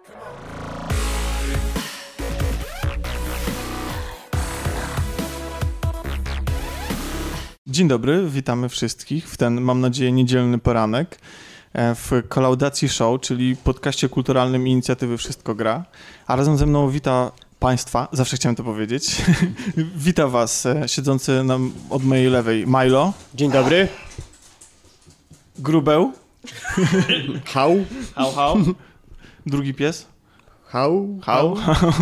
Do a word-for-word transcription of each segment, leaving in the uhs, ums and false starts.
Dzień dobry, witamy wszystkich w ten, mam nadzieję, niedzielny poranek w Kolaudacji Show, czyli podcaście kulturalnym inicjatywy Wszystko Gra. A razem ze mną wita Państwa, zawsze chciałem to powiedzieć, wita Was siedzący nam od mojej lewej Milo. Dzień dobry. Grubeł. Hał. Hał, hał. Drugi pies. Hał. Hał.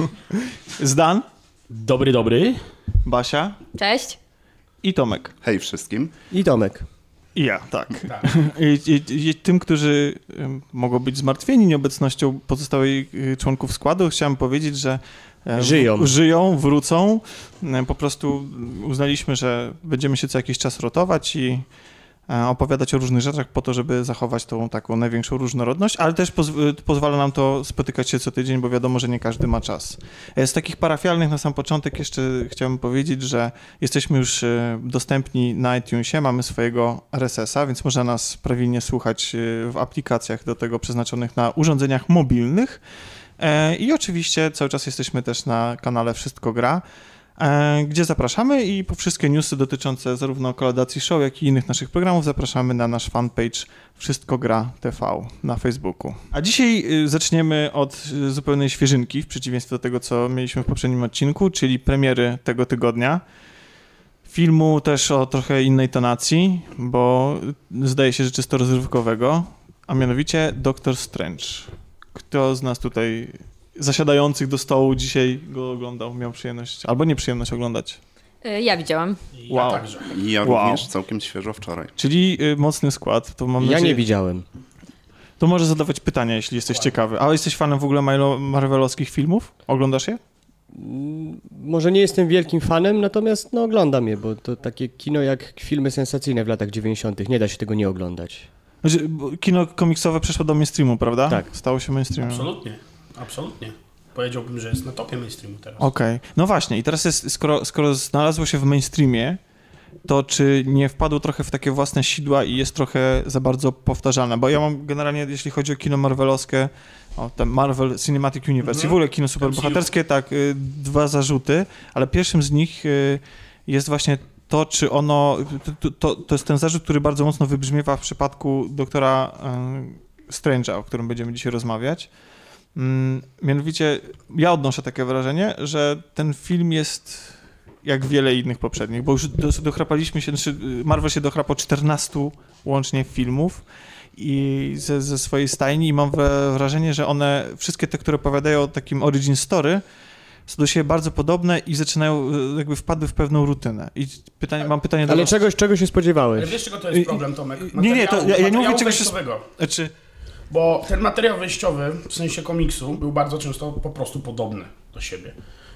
Zdan. Dobry, dobry. Basia. Cześć. I Tomek. Hej wszystkim. I Tomek. I ja, tak. tak. I, i, I tym, którzy mogą być zmartwieni nieobecnością pozostałych członków składu, chciałem powiedzieć, że żyją, w, żyją, wrócą. Po prostu uznaliśmy, że będziemy się co jakiś czas rotować i opowiadać o różnych rzeczach po to, żeby zachować tą taką największą różnorodność, ale też poz- pozwala nam to spotykać się co tydzień, bo wiadomo, że nie każdy ma czas. Z takich parafialnych na sam początek jeszcze chciałbym powiedzieć, że jesteśmy już dostępni na iTunesie, mamy swojego R S S a, więc można nas prawidłnie słuchać w aplikacjach do tego przeznaczonych na urządzeniach mobilnych i oczywiście cały czas jesteśmy też na kanale Wszystko Gra, gdzie zapraszamy i po wszystkie newsy dotyczące zarówno Kolaudacji Show, jak i innych naszych programów zapraszamy na nasz fanpage Wszystko Gra T V na Facebooku. A dzisiaj zaczniemy od zupełnej świeżynki, w przeciwieństwie do tego, co mieliśmy w poprzednim odcinku, czyli premiery tego tygodnia. Filmu też o trochę innej tonacji, bo zdaje się, że czysto rozrywkowego, a mianowicie Doctor Strange. Kto z nas tutaj zasiadających do stołu dzisiaj go oglądał, miał przyjemność, albo nieprzyjemność oglądać? Ja widziałam. Ja wow. także. I ja wow. również całkiem świeżo wczoraj. Czyli y, mocny skład. To mam ja nadzieję... nie widziałem. To może zadawać pytania, jeśli jesteś wow. ciekawy. A jesteś fanem w ogóle marvelowskich filmów? Oglądasz je? Może nie jestem wielkim fanem, natomiast no, oglądam je, bo to takie kino jak filmy sensacyjne w latach dziewięćdziesiątych. Nie da się tego nie oglądać. Znaczy, kino komiksowe przeszło do mainstreamu, prawda? Tak. Stało się mainstreamem. Absolutnie, absolutnie. Powiedziałbym, że jest na topie mainstreamu teraz. Okej. Okay. No właśnie i teraz jest, skoro, skoro znalazło się w mainstreamie, to czy nie wpadło trochę w takie własne sidła i jest trochę za bardzo powtarzalne? Bo ja mam generalnie, jeśli chodzi o kino marvelowskie, o ten Marvel Cinematic Universe mm-hmm. i w ogóle kino superbohaterskie, tak, y, dwa zarzuty, ale pierwszym z nich y, jest właśnie to, czy ono, to, to, to jest ten zarzut, który bardzo mocno wybrzmiewa w przypadku doktora y, Strange'a, o którym będziemy dzisiaj rozmawiać. Mm, mianowicie ja odnoszę takie wrażenie, że ten film jest jak wiele innych poprzednich, bo już do, dochrapaliśmy się, znaczy Marvel się dochrapał czternastu łącznie filmów i ze, ze swojej stajni i mam wrażenie, że one, wszystkie te, które opowiadają o takim origin story, są do siebie bardzo podobne i zaczynają, jakby wpadły w pewną rutynę. I pytanie, mam pytanie do Ale was. czegoś, czego się spodziewałeś? Ale wiesz, czego to jest problem, Tomek? Nie, nie, to ja, ja nie mówię czegoś... wejściowego. Znaczy... Bo ten materiał wejściowy, w sensie komiksu, był bardzo często po prostu podobny do siebie.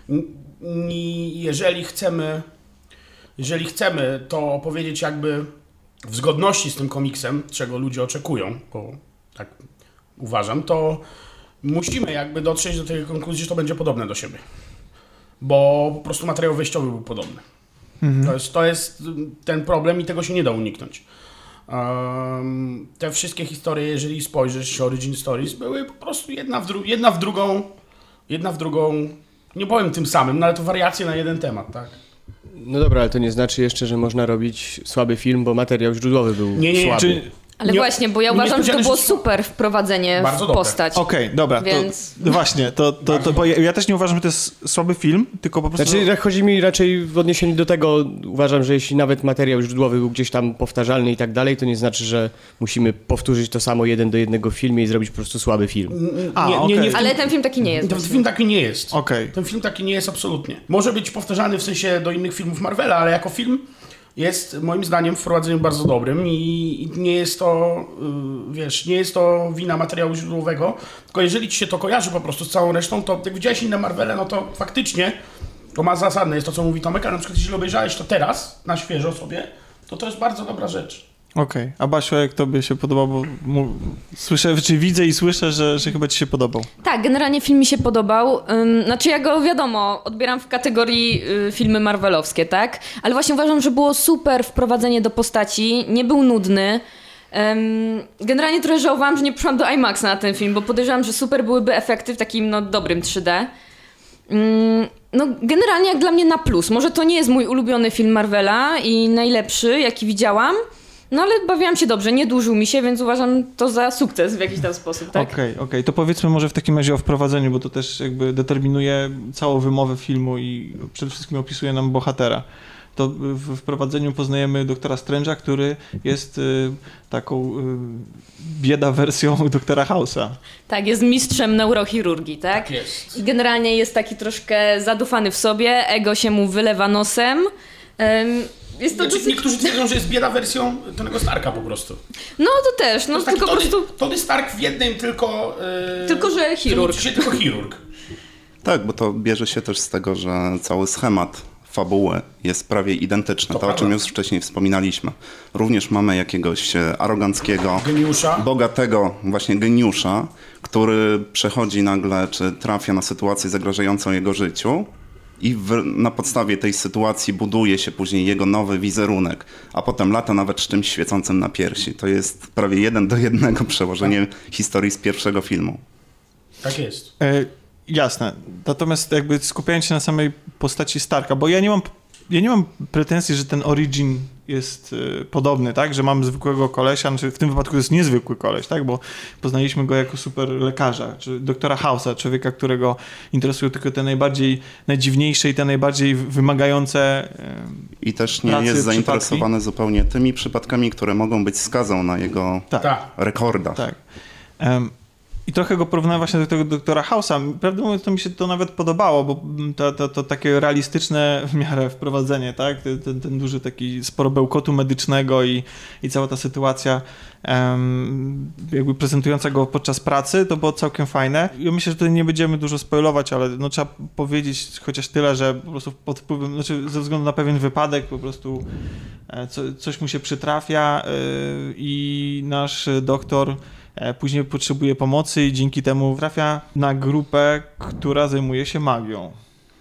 I jeżeli chcemy, jeżeli chcemy to opowiedzieć jakby w zgodności z tym komiksem, czego ludzie oczekują, bo tak uważam, to musimy jakby dotrzeć do tej konkluzji, że to będzie podobne do siebie. Bo po prostu materiał wejściowy był podobny. Mhm. To jest, to jest ten problem i tego się nie da uniknąć. Um, te wszystkie historie, jeżeli spojrzysz, Origin Stories, były po prostu jedna w, dru- jedna w drugą, jedna w drugą, nie powiem tym samym, no ale to wariacje na jeden temat, tak? No dobra, ale to nie znaczy jeszcze, że można robić słaby film, bo materiał źródłowy był nie, nie, słaby. Czy... Ale nie, właśnie, bo ja uważam, że to było super wprowadzenie bardzo w dobre. postać. Okej, okay, dobra, Więc... to właśnie, to, to, to, bo ja, ja też nie uważam, że to jest słaby film, tylko po prostu... Znaczy, chodzi mi raczej w odniesieniu do tego, uważam, że jeśli nawet materiał źródłowy był gdzieś tam powtarzalny i tak dalej, to nie znaczy, że musimy powtórzyć to samo jeden do jednego w filmie i zrobić po prostu słaby film. A, nie, nie, okay. nie tym... Ale ten film taki nie jest. Ten film taki nie jest. Okay. Ten film taki nie jest absolutnie. Może być powtarzany w sensie do innych filmów Marvela, ale jako film jest moim zdaniem wprowadzeniem bardzo dobrym i, i nie jest to, yy, wiesz, nie jest to wina materiału źródłowego, tylko jeżeli ci się to kojarzy po prostu z całą resztą, to jak widziałeś inne Marvele, no to faktycznie to ma zasadne, jest to, co mówi Tomek, ale na przykład jeśli obejrzałeś to teraz, na świeżo sobie, to to jest bardzo dobra rzecz. Okej, okay. A Basiu, jak tobie się podobał, bo mu... słyszę, czy widzę i słyszę, że, że chyba ci się podobał. Tak, generalnie film mi się podobał. Ym, znaczy ja go, wiadomo, odbieram w kategorii y, filmy marvelowskie, tak? Ale właśnie uważam, że było super wprowadzenie do postaci, nie był nudny. Generalnie trochę żałowałam, że nie poszłam do IMAXa na ten film, bo podejrzewam, że super byłyby efekty w takim no, dobrym trzy D. No generalnie jak dla mnie na plus. Może to nie jest mój ulubiony film Marvela i najlepszy, jaki widziałam, no ale bawiłam się dobrze, nie dłużył mi się, więc uważam to za sukces w jakiś tam sposób, tak? Okej, okay, okej. Okay. To powiedzmy może w takim razie o wprowadzeniu, bo to też jakby determinuje całą wymowę filmu i przede wszystkim opisuje nam bohatera. To w wprowadzeniu poznajemy doktora Strange'a, który jest y, taką y, bieda wersją doktora House'a. Tak, jest mistrzem neurochirurgii, tak? Tak jest. I generalnie jest taki troszkę zadufany w sobie, ego się mu wylewa nosem. Um, jest to znaczy, dosyć... Niektórzy twierdzą, że jest bieda wersją Tonego Starka po prostu. No to też, no to tylko po Tony, prostu... Tony Stark w jednym tylko... Yy, tylko, że chirurg. Się tylko chirurg. Tak, bo to bierze się też z tego, że cały schemat fabuły jest prawie identyczny, to, to o czym już wcześniej wspominaliśmy. Również mamy jakiegoś aroganckiego, geniusza, bogatego właśnie geniusza, który przechodzi nagle, czy trafia na sytuację zagrażającą jego życiu i w, na podstawie tej sytuacji buduje się później jego nowy wizerunek, a potem lata nawet z czymś świecącym na piersi. To jest prawie jeden do jednego przełożenie tak. historii z pierwszego filmu. Tak jest. E, jasne. Natomiast jakby skupiając się na samej postaci Starka, bo ja nie mam, ja nie mam pretensji, że ten origin jest y, podobny, tak? Że mamy zwykłego kolesia, znaczy w tym wypadku to jest niezwykły koleś, tak? Bo poznaliśmy go jako super lekarza, czy doktora House'a, człowieka, którego interesują tylko te najbardziej, najdziwniejsze i te najbardziej wymagające y, I też nie pracy, jest zainteresowany przypadki. zupełnie tymi przypadkami, które mogą być skazą na jego tak. rekordach. Tak. Um, I trochę go porównałem właśnie do tego doktora House'a. Prawdę mówiąc, to mi się to nawet podobało, bo to, to, to takie realistyczne w miarę wprowadzenie, tak? Ten, ten, ten duży taki sporo bełkotu medycznego i, i cała ta sytuacja um, jakby prezentująca go podczas pracy, to było całkiem fajne. Ja myślę, że tutaj nie będziemy dużo spoilować, ale no, trzeba powiedzieć chociaż tyle, że po prostu pod wpływem, znaczy ze względu na pewien wypadek po prostu co, coś mu się przytrafia yy, i nasz doktor później potrzebuje pomocy i dzięki temu trafia na grupę, która zajmuje się magią.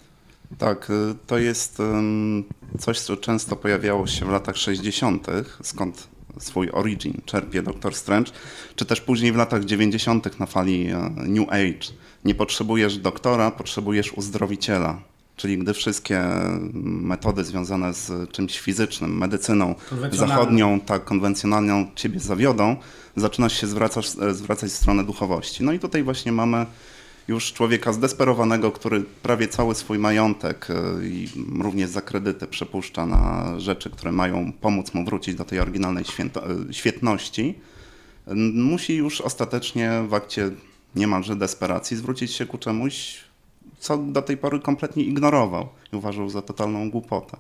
Tak, to jest coś, co często pojawiało się w latach sześćdziesiątych, skąd swój origin czerpie doktor Strange, czy też później w latach dziewięćdziesiątych na fali New Age. Nie potrzebujesz doktora, potrzebujesz uzdrowiciela. Czyli gdy wszystkie metody związane z czymś fizycznym, medycyną zachodnią, tak konwencjonalną ciebie zawiodą, zaczynasz się zwracać, zwracać w stronę duchowości. No i tutaj właśnie mamy już człowieka zdesperowanego, który prawie cały swój majątek i również za kredyty przepuszcza na rzeczy, które mają pomóc mu wrócić do tej oryginalnej święto, świetności. Musi już ostatecznie w akcie niemalże desperacji zwrócić się ku czemuś, co do tej pory kompletnie ignorował i uważał za totalną głupotę.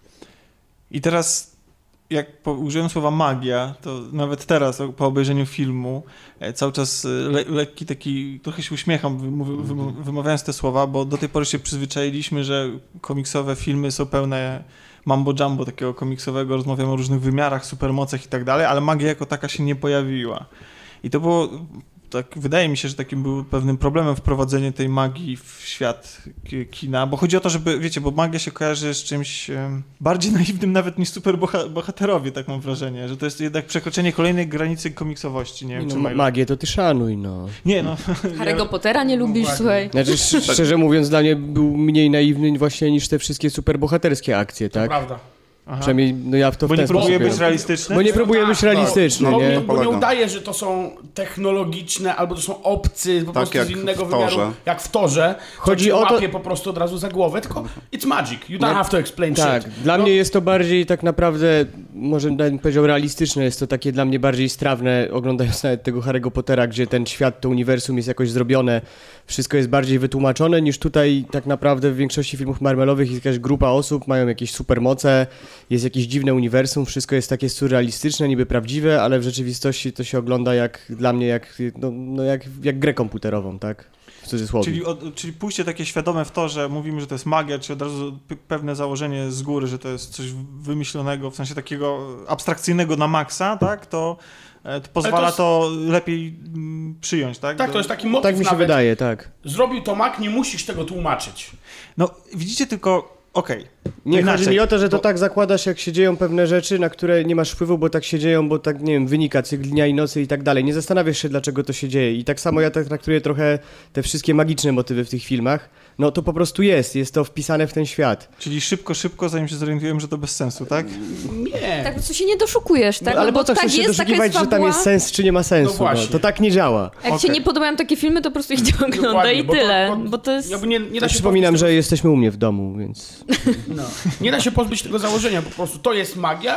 I teraz, jak użyłem słowa magia, to nawet teraz po obejrzeniu filmu cały czas le, lekki taki, trochę się uśmiecham wymawiając te słowa, bo do tej pory się przyzwyczailiśmy, że komiksowe filmy są pełne mambo jumbo takiego komiksowego, rozmawiamy o różnych wymiarach, supermocach i tak dalej, ale magia jako taka się nie pojawiła. I to było... Tak, wydaje mi się, że takim był pewnym problemem wprowadzenie tej magii w świat kina, bo chodzi o to, żeby, wiecie, bo magia się kojarzy z czymś um, bardziej naiwnym nawet niż superbohaterowie, tak mam wrażenie, że to jest jednak przekroczenie kolejnej granicy komiksowości, nie wiem, no, czy ma- magię to ty szanuj, no. Nie, no. Harry'ego ja... Pottera nie lubisz, no, słuchaj. Znaczy, sz- szczerze mówiąc, dla mnie był mniej naiwny właśnie niż te wszystkie superbohaterskie akcje, tak? To prawda. Aha. Przynajmniej no ja w to Bo w ten nie próbuje sposób być realistyczny? Bo nie próbuje tak, być realistyczny, bo, nie? Bo, bo nie udaje, że to są technologiczne, albo to są obcy po Tak prostu jak z innego w Torze. wymiaru, jak w Torze. Chodzi o to- łapie po prostu od razu za głowę, tylko it's magic, you don't No, have to explain Tak, shit. dla No, mnie jest to bardziej tak naprawdę, może bym powiedział realistyczne, jest to takie dla mnie bardziej strawne, oglądając nawet tego Harry'ego Pottera, gdzie ten świat, to uniwersum jest jakoś zrobione, wszystko jest bardziej wytłumaczone, niż tutaj tak naprawdę w większości filmów Marvelowych jest jakaś grupa osób, mają jakieś supermoce, jest jakieś dziwne uniwersum, wszystko jest takie surrealistyczne, niby prawdziwe, ale w rzeczywistości to się ogląda jak, dla mnie, jak, no, no jak, jak grę komputerową, tak? W cudzysłowie. Czyli, od, czyli pójście takie świadome w to, że mówimy, że to jest magia, czy od razu p- pewne założenie z góry, że to jest coś wymyślonego, w sensie takiego abstrakcyjnego na maksa, tak, to, to pozwala to, to jest... lepiej mm, przyjąć, tak? Tak, Do... to jest taki motyw Tak mi się nawet. wydaje, tak. Zrobił to Mac, nie musisz tego tłumaczyć. No, widzicie tylko, okej, okay. Nie, inaczej, chodzi mi o to, że to bo... tak zakładasz, jak się dzieją pewne rzeczy, na które nie masz wpływu, bo tak się dzieją, bo tak, nie wiem, wynika cykl dnia i nocy i tak dalej. Nie zastanawiasz się, dlaczego to się dzieje. I tak samo ja tak traktuję trochę te wszystkie magiczne motywy w tych filmach. No to po prostu jest, jest to wpisane w ten świat. Czyli szybko, szybko, zanim się zorientujemy, że to bez sensu, tak? Nie. Tak, po prostu się nie doszukujesz, tak? No, ale no, po co tak chcesz się jest, taka doszukiwać, jest że tam fabuła. jest sens, czy nie ma sensu? No właśnie. No, to tak nie działa. Jak Okay. się nie podobają takie filmy, to po prostu ich nie ogląda Dokładnie, i bo to- tyle. bo- Bo to jest... Jakby nie, nie da Ja się przypominam, pozbyć że jesteśmy u mnie w domu, więc... No. Nie da się pozbyć tego założenia, po prostu to jest magia,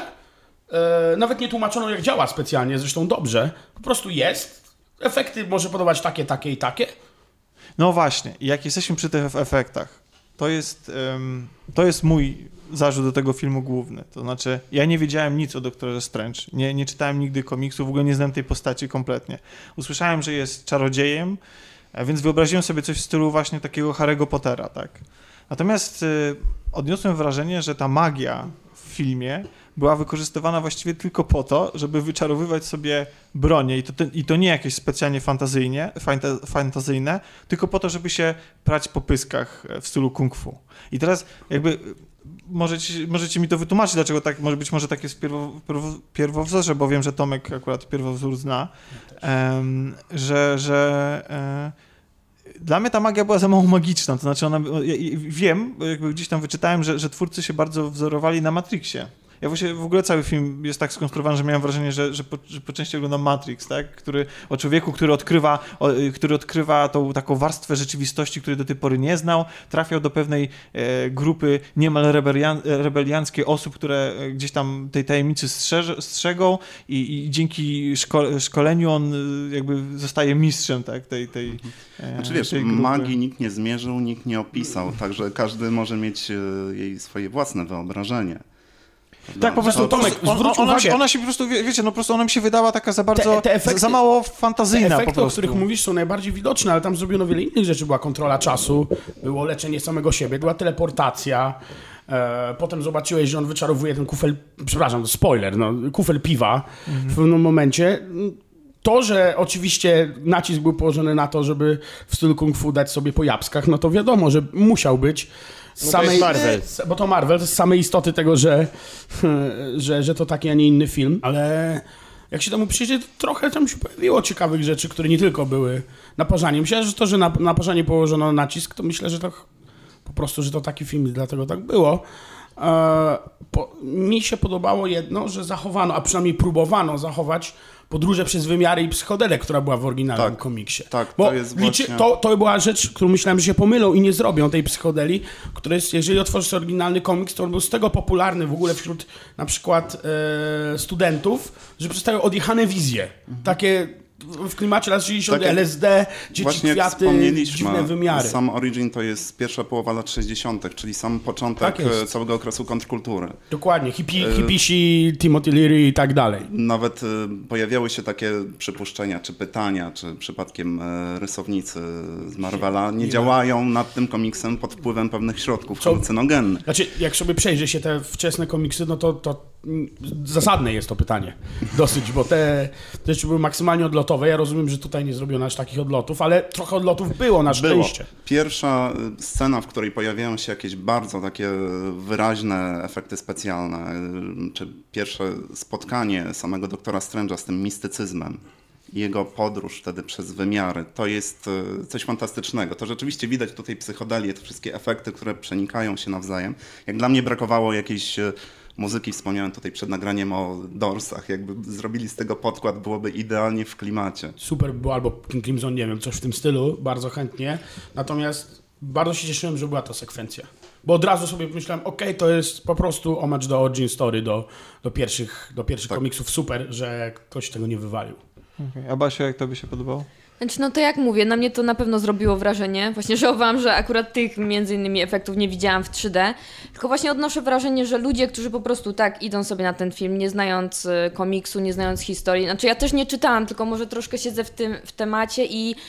e, nawet nie tłumaczono jak działa specjalnie, zresztą dobrze, po prostu jest, efekty może podobać takie, takie i takie. No właśnie, i jak jesteśmy przy tych efektach, to jest, um, to jest mój zarzut do tego filmu główny. To znaczy, ja nie wiedziałem nic o doktorze Strange, nie, nie czytałem nigdy komiksu, w ogóle nie znam tej postaci kompletnie. Usłyszałem, że jest czarodziejem, a więc wyobraziłem sobie coś w stylu właśnie takiego Harry'ego Pottera, tak. Natomiast y, odniosłem wrażenie, że ta magia w filmie była wykorzystywana właściwie tylko po to, żeby wyczarowywać sobie bronię i to, i to nie jakieś specjalnie fantazyjnie, fanta, fantazyjne, tylko po to, żeby się prać po pyskach w stylu kung fu. I teraz jakby możecie, możecie mi to wytłumaczyć, dlaczego tak, może być może tak jest pierwo, pierwo, pierwowzorze, bo wiem, że Tomek akurat pierwowzór zna, um, że, że um, dla mnie ta magia była za mało magiczna, to znaczy ona, ja, ja wiem, jakby gdzieś tam wyczytałem, że, że twórcy się bardzo wzorowali na Matrixie. Ja właśnie w ogóle cały film jest tak skonstruowany, że miałem wrażenie, że, że, po, że po części oglądam Matrix, tak? Który, o człowieku, który odkrywa, o, który odkrywa tą taką warstwę rzeczywistości, której do tej pory nie znał, trafiał do pewnej e, grupy niemal rebelian, rebelianckiej osób, które gdzieś tam tej tajemnicy strzeż, strzegą i, i dzięki szko, szkoleniu on jakby zostaje mistrzem, tak? tej, tej, e, Znaczy wiesz, tej grupy. magii nikt nie zmierzył, nikt nie opisał, także każdy może mieć e, jej swoje własne wyobrażenie. Tak, po prostu No, Tomek, on, zwróć ona, uwagę. ona się po prostu, wie- wiecie, no po prostu ona mi się wydała taka za bardzo, Te- te efekty- za, za mało fantazyjna Te po efekty, o prostu. których mówisz, są najbardziej widoczne, ale tam zrobiono wiele innych rzeczy. Była kontrola czasu, było leczenie samego siebie, była teleportacja. E, potem zobaczyłeś, że on wyczarowuje ten kufel, przepraszam, spoiler, no, kufel piwa Mhm. w pewnym momencie. To, że oczywiście nacisk był położony na to, żeby w stylu kung fu dać sobie po jabłkach, no to wiadomo, że musiał być. Z No to jest Marvel. Bo to Marvel, to z samej istoty tego, że, że, że to taki, a nie inny film, ale jak się temu przyjdzie, to trochę tam się pojawiło ciekawych rzeczy, które nie tylko były naparzaniem. Myślę, że to, że na naparzanie położono nacisk, to myślę, że to po prostu, że to taki film, dlatego tak było. E, po, mi się podobało jedno, że zachowano, a przynajmniej próbowano zachować podróże przez wymiary i psychodelę, która była w oryginalnym Tak, komiksie. tak, Bo to jest liczy, właśnie- to, to była rzecz, którą myślałem, że się pomylą i nie zrobią tej psychodeli, która jest, jeżeli otworzysz oryginalny komiks, to on był z tego popularny w ogóle wśród na przykład e, studentów, że przedstawiał odjechane wizje. Takie w klimacie lat sześćdziesiątych, Tak jak- L S D, dzieci, Właśnie jak kwiaty, wspomnieliśmy, dziwne wymiary. sam Origin to jest pierwsza połowa lat sześćdziesiątych, czyli sam początek Tak jest. e, całego okresu kontrkultury. Dokładnie, hippie, E, hippisi, Timothy Leary i tak dalej. Nawet y, pojawiały się takie przypuszczenia, czy pytania, czy przypadkiem y, rysownicy z Marvela nie, Nie działają nad tym komiksem pod wpływem pewnych środków Co- halucynogennych. Znaczy, jak sobie przejrzy się te wczesne komiksy, no to, to mm, zasadne jest to pytanie. Dosyć, bo te, te rzeczy były maksymalnie odlotowe. Ja rozumiem, że tutaj nie zrobiono aż takich odlotów, ale trochę odlotów było na Było. szczęście. Pierwsza y, scena, w której pojawiają się jakieś bardzo takie wyraźne efekty specjalne, y, czy pierwsze spotkanie samego doktora Strange'a z tym mistycyzmem, jego podróż wtedy przez wymiary, to jest y, coś fantastycznego. To rzeczywiście widać tutaj psychodelię, te wszystkie efekty, które przenikają się nawzajem. Jak dla mnie brakowało jakiejś y, muzyki, wspomniałem tutaj przed nagraniem o Doorsach, jakby zrobili z tego podkład, byłoby idealnie w klimacie. Super by było, albo King Crimson, nie wiem, coś w tym stylu, bardzo chętnie. Natomiast bardzo się cieszyłem, że była to sekwencja. Bo od razu sobie pomyślałem, okej, to jest po prostu homage do Origin Story, do, do pierwszych, do pierwszych Tak. komiksów. Super, że ktoś tego nie wywalił. Okay. A Basiu, jak tobie się podobało? Znaczy, no to jak mówię, na mnie to na pewno zrobiło wrażenie. Właśnie żałowałam, że akurat tych między innymi efektów nie widziałam w trzy D. Tylko właśnie odnoszę wrażenie, że ludzie, którzy po prostu tak idą sobie na ten film, nie znając y, komiksu, nie znając historii. Znaczy ja też nie czytałam, tylko może troszkę siedzę w tym w temacie i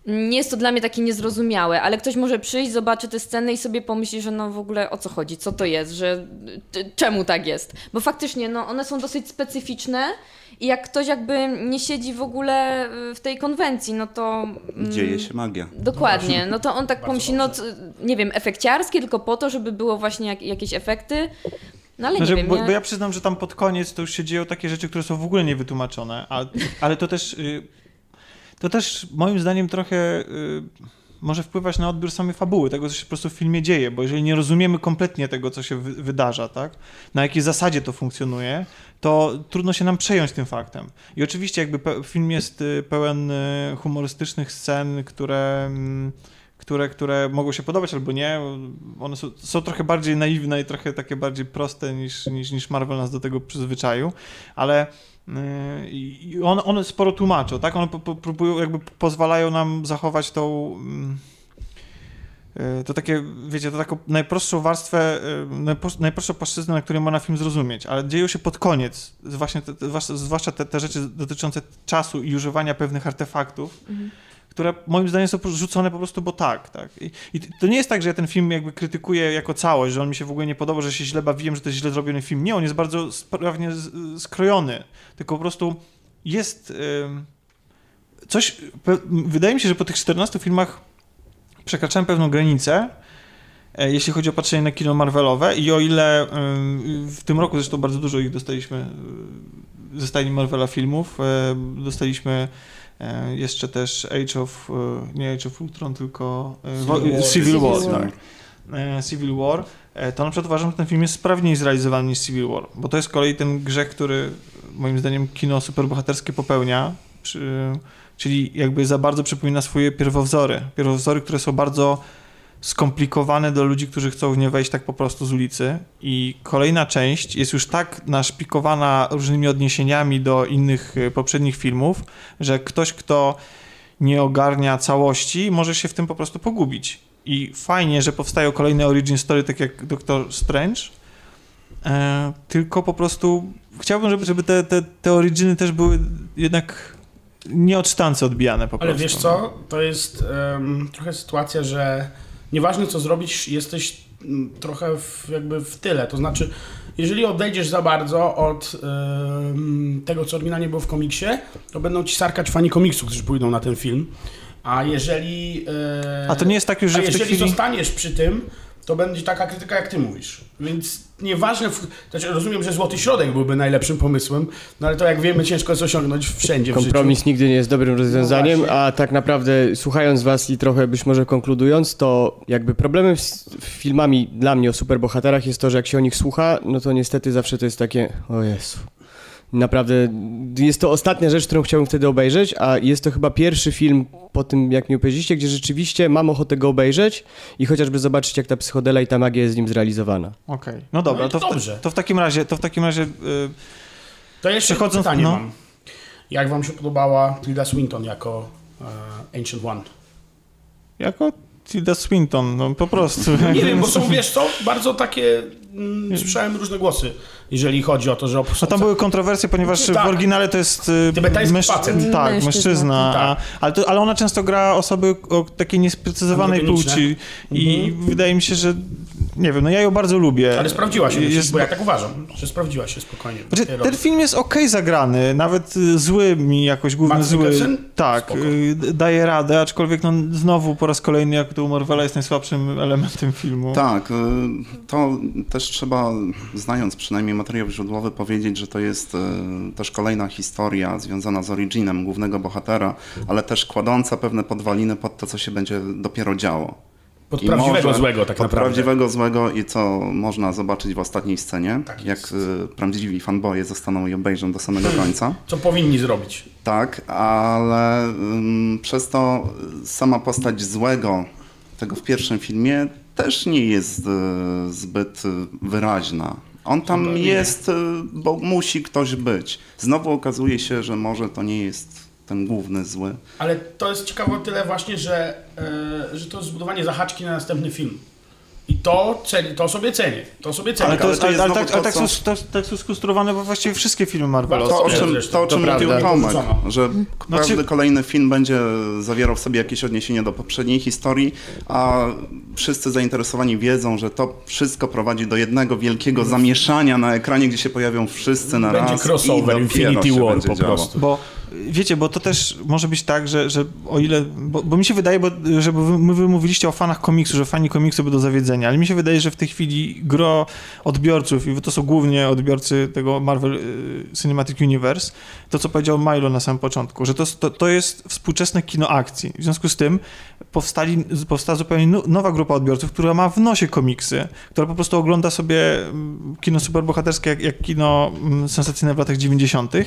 nie jest to dla mnie takie niezrozumiałe, ale ktoś może przyjść, zobaczy tę scenę i sobie pomyśli, że no w ogóle o co chodzi, co to jest, że t- czemu tak jest. Bo faktycznie no, one są dosyć specyficzne i jak ktoś jakby nie siedzi w ogóle w tej konwencji, no to... Mm, dzieje się magia. Dokładnie, no to on tak pomyśli, no c- nie wiem, efekciarskie tylko po to, żeby było właśnie jak, jakieś efekty. No ale Znaczy, nie wiem, bo, ja... bo ja przyznam, że tam pod koniec to już się dzieją takie rzeczy, które są w ogóle niewytłumaczone, a, ale to też... Y- To też moim zdaniem trochę y, może wpływać na odbiór samej fabuły, tego, co się po prostu w filmie dzieje, bo jeżeli nie rozumiemy kompletnie tego, co się wy, wydarza, tak, na jakiej zasadzie to funkcjonuje, to trudno się nam przejąć tym faktem. I oczywiście jakby pe- film jest y, pełen y, humorystycznych scen, które... Y, Które, które mogą się podobać albo nie, one są, są trochę bardziej naiwne i trochę takie bardziej proste niż, niż, niż Marvel nas do tego przyzwyczaił, ale i yy, one, one sporo tłumaczą, tak? One po, po, próbują, jakby pozwalają nam zachować tą, yy, to takie, wiecie, to taką najprostszą warstwę, yy, najprostszą płaszczyznę, na której można film zrozumieć, ale dzieją się pod koniec, właśnie te, te, zwłaszcza te, te rzeczy dotyczące czasu i używania pewnych artefaktów, mhm. które moim zdaniem są rzucone po prostu, bo tak, tak. I, I to nie jest tak, że ja ten film jakby krytykuję jako całość, że on mi się w ogóle nie podoba, że się źle bawiłem, że to jest źle zrobiony film. Nie, on jest bardzo sprawnie skrojony, tylko po prostu jest yy, coś, pe, wydaje mi się, że po tych czternastu filmach przekraczałem pewną granicę, e, jeśli chodzi o patrzenie na kino Marvelowe i o ile yy, w tym roku zresztą bardzo dużo ich dostaliśmy, yy, ze stajni Marvela filmów, yy, dostaliśmy jeszcze też Age of, nie Age of Ultron, tylko Civil War, Civil War, Civil War. Tak. Civil War, to na przykład uważam, że ten film jest sprawniej zrealizowany niż Civil War, bo to jest z kolei ten grzech, który moim zdaniem kino superbohaterskie popełnia, przy, czyli jakby za bardzo przypomina swoje pierwowzory, pierwowzory, które są bardzo skomplikowane do ludzi, którzy chcą w nie wejść tak po prostu z ulicy i kolejna część jest już tak naszpikowana różnymi odniesieniami do innych poprzednich filmów, że ktoś, kto nie ogarnia całości, może się w tym po prostu pogubić. I fajnie, że powstają kolejne origin story, tak jak Doctor Strange, e, tylko po prostu chciałbym, żeby, żeby te, te, te originy też były jednak nie od sztancy odbijane po Ale prostu. Ale wiesz co, to jest um, trochę sytuacja, że nieważne co zrobić, jesteś trochę w, jakby w tyle. To znaczy, jeżeli odejdziesz za bardzo od y, tego, co oryginalnie było w komiksie, to będą ci sarkać fani komiksu, którzy pójdą na ten film. A jeżeli... Y, a to nie jest tak już, że a w tej jeżeli chwili... zostaniesz przy tym, to będzie taka krytyka, jak ty mówisz. Więc nieważne, w, znaczy rozumiem, że Złoty Środek byłby najlepszym pomysłem, no ale to jak wiemy, ciężko jest osiągnąć wszędzie w życiu. Kompromis nigdy nie jest dobrym rozwiązaniem, no a tak naprawdę słuchając was i trochę być może konkludując, to jakby problemem z filmami dla mnie o superbohaterach jest to, że jak się o nich słucha, no to niestety zawsze to jest takie, o Jezu. Naprawdę jest to ostatnia rzecz, którą chciałbym wtedy obejrzeć, a jest to chyba pierwszy film po tym, jak mi opowiedzieliście, gdzie rzeczywiście mam ochotę go obejrzeć i chociażby zobaczyć, jak ta psychodela i ta magia jest z nim zrealizowana. Okej, okay. No dobra, no to, w, to w takim razie, to w takim razie yy, to jeszcze przechodząc... pytanie no. mam. Jak wam się podobała Tilda Swinton jako uh, Ancient One? Jako Tilda Swinton, no po prostu. Nie wiem, bo są, wiesz co, bardzo takie, mm, słyszałem różne głosy, jeżeli chodzi o to, że... No tam były kontrowersje, ponieważ tak. w oryginale to jest tybetański mężczyzna, facet. tak, Mężczyzna. mężczyzna, Tak. A, ale, to, ale ona często gra osoby o takiej niesprecyzowanej płci i mhm. wydaje mi się, że nie wiem, no ja ją bardzo lubię. Ale sprawdziła się, jest, bo ja tak uważam, że sprawdziła się spokojnie. Znaczy, ten film jest okej okay zagrany, nawet zły mi jakoś, główny Mads zły, Mikkelsen? tak, Spoko. daje radę, aczkolwiek no znowu po raz kolejny, jak to u Marvela jest najsłabszym elementem filmu. Tak, to też trzeba, znając przynajmniej materiał źródłowy, powiedzieć, że to jest też kolejna historia związana z originem głównego bohatera, ale też kładąca pewne podwaliny pod to, co się będzie dopiero działo. Pod I prawdziwego może, złego tak pod naprawdę. prawdziwego złego i co można zobaczyć w ostatniej scenie, Tak jak jest. y, prawdziwi fanboye zostaną i obejrzą do samego końca. Co powinni zrobić. Tak, ale ym, przez to sama postać złego tego w pierwszym filmie też nie jest y, zbyt y, wyraźna. On tam Chyba jest, y, bo musi ktoś być. Znowu okazuje się, że może to nie jest ten główny zły. Ale to jest ciekawe o tyle właśnie, że, e, że to jest zbudowanie zahaczki na następny film. I to, ceni, to sobie cenię. To sobie cenię. Ale to jest, ale, ale, tak, to, ale tak, co- są, tak, tak są skonstruowane bo właściwie wszystkie filmy Marvelowskie. To, o Zresztą, czym, to, o czym to mówił prawda. Tomek, Wrzucono. że Znaczy- każdy kolejny film będzie zawierał w sobie jakieś odniesienie do poprzedniej historii, a wszyscy zainteresowani wiedzą, że to wszystko prowadzi do jednego wielkiego zamieszania na ekranie, gdzie się pojawią wszyscy na Będzie raz crossover, i dopiero Infinity się War będzie po działo. prostu. Bo wiecie, bo to też może być tak, że, że o ile, bo, bo mi się wydaje, bo, że wy, my wy mówiliście o fanach komiksu, że fani komiksu będą zawiedzenia, ale mi się wydaje, że w tej chwili gro odbiorców, i to są głównie odbiorcy tego Marvel y, Cinematic Universe, to co powiedział Milo na samym początku, że to, to, to jest współczesne kino akcji. W związku z tym powstali, powstała zupełnie nu- nowa grupa odbiorców, która ma w nosie komiksy, która po prostu ogląda sobie mm, kino superbohaterskie jak, jak kino mm, sensacyjne w latach dziewięćdziesiątych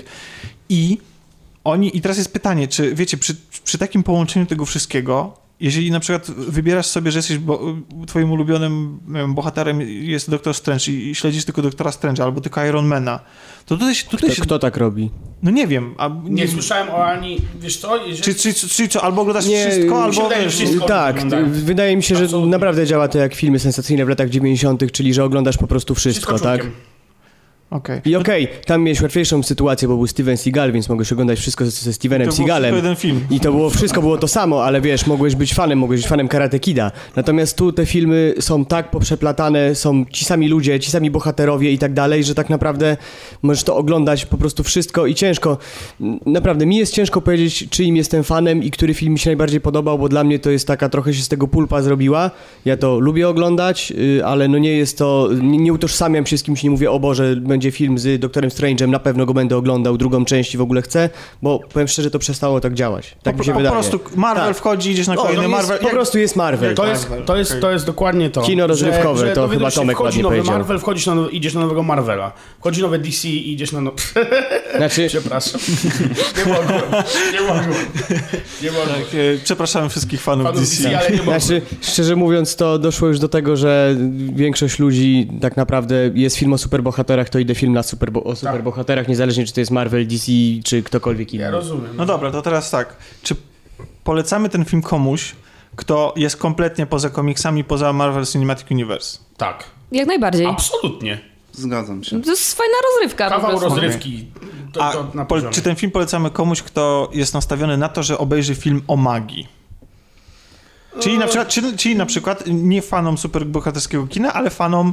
i Oni, i teraz jest pytanie, czy wiecie, przy, przy takim połączeniu tego wszystkiego, jeżeli na przykład wybierasz sobie, że jesteś bo, twoim ulubionym nie wiem, bohaterem jest Doktor Strange i, i śledzisz tylko Doktora Strange'a albo tylko Ironmana, to tutaj, się- tutaj Kto, się... kto tak robi? No nie wiem. A, Nie słyszałem o ani, wiesz co, jeżeli... Czy, czy, czy, czy co, albo oglądasz Nie, wszystko, mi się albo wydaje, wiesz... że wszystko Tak, oglądałem. wydaje mi się, że Absolutnie. naprawdę działa to jak filmy sensacyjne w latach dziewięćdziesiątych, czyli że oglądasz po prostu wszystko, Wszystko tak? człowiekiem. Okej. I okej, tam miałeś łatwiejszą sytuację, bo był Steven Seagal, więc mogłeś oglądać wszystko ze, ze Stevenem To był Seagalem. tylko jeden film. I to było, wszystko było to samo, ale wiesz, mogłeś być fanem, mogłeś być fanem Karate Kida. Natomiast tu te filmy są tak poprzeplatane, są ci sami ludzie, ci sami bohaterowie i tak dalej, że tak naprawdę możesz to oglądać po prostu wszystko i ciężko. Naprawdę, mi jest ciężko powiedzieć, czyim jestem fanem i który film mi się najbardziej podobał, bo dla mnie to jest taka, trochę się z tego pulpa zrobiła. Ja to lubię oglądać, y, ale no nie jest to, nie, nie utożsamiam się z kimś, nie mówię, o Boże, będzie film z Doktorem Strange'em, na pewno go będę oglądał, drugą część i w ogóle chcę, bo powiem szczerze, to przestało tak działać. Tak po, mi się po wydaje. prostu Marvel Tak. wchodzi, idziesz na O, kolejny no jest, Marvel. po prostu jest Marvel. To jest, to, jest, to jest dokładnie to. Kino rozrywkowe, że, że to dowiadujesz chyba się, Tomek wchodzi ładnie nowy powiedział. Marvel, wchodzisz na nowy, idziesz na nowego Marvela. Wchodzi nowe D C i idziesz na no... Znaczy, Przepraszam. Nie mogłem. Nie mogłem. Nie mogłem. Tak, e, przepraszamy wszystkich fanów, Fanów D C. D C, ale nie mogłem. Znaczy, szczerze mówiąc, to doszło już do tego, że większość ludzi tak naprawdę jest film o superbohaterach, to idę film na superbo- o superbohaterach, niezależnie czy to jest Marvel, D C, czy ktokolwiek inny. Ja rozumiem. No dobra, to teraz tak. Czy polecamy ten film komuś, kto jest kompletnie poza komiksami, poza Marvel Cinematic Universe? Tak. Jak najbardziej. Absolutnie. Zgadzam się. To jest fajna rozrywka po Kawał prostu. rozrywki. To, A to na pol- poziomie. czy ten film polecamy komuś, kto jest nastawiony na to, że obejrzy film o magii? Czyli na przykład, czyli, czyli na przykład nie fanom superbohaterskiego kina, ale fanom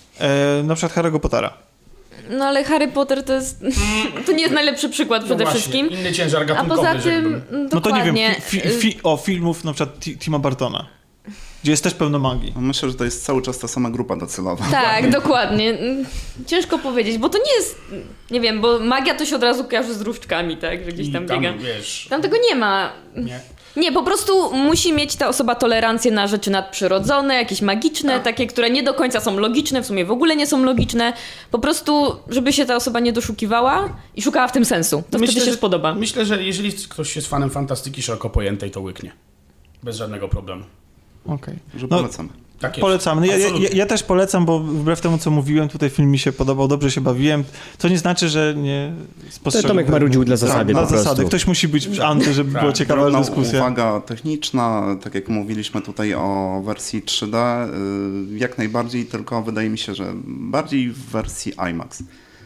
e, na przykład Harry'ego Pottera. No ale Harry Potter to jest... to nie jest najlepszy przykład No przede właśnie, wszystkim. Inny ciężar A gatunkowy, poza tym, rzekłbym. No to nie wiem, dokładnie. fi, fi, fi, o filmów na przykład Ti- Tima Bartona, gdzie jest też pełno magii. Myślę, że to jest cały czas ta sama grupa docelowa. Tak, dokładnie. Ciężko powiedzieć, bo to nie jest, nie wiem, bo magia to się od razu kojarzy z różdżkami, tak, że gdzieś I tam tam, biega. wiesz, Tam tego nie ma. nie. Nie, po prostu musi mieć ta osoba tolerancję na rzeczy nadprzyrodzone, jakieś magiczne, Tak. takie, które nie do końca są logiczne, w sumie w ogóle nie są logiczne. Po prostu, żeby się ta osoba nie doszukiwała i szukała w tym sensu. To wtedy się że, spodoba. Myślę, że jeżeli ktoś jest fanem fantastyki szeroko pojętej, to łyknie. Bez żadnego problemu. Okej. Że No, polecamy. Tak jest. polecamy. Ja, ja, Absolutnie. ja też polecam, bo wbrew temu, co mówiłem, tutaj film mi się podobał, dobrze się bawiłem. To nie znaczy, że nie spostrzegłem. Tomek marudził dla Tak, zasady dla po prostu. zasady. Ktoś musi być anty, żeby Tak. była ciekawa Drobna dyskusja. uwaga techniczna, tak jak mówiliśmy tutaj o wersji trzy D, y, jak najbardziej, tylko wydaje mi się, że bardziej w wersji IMAX.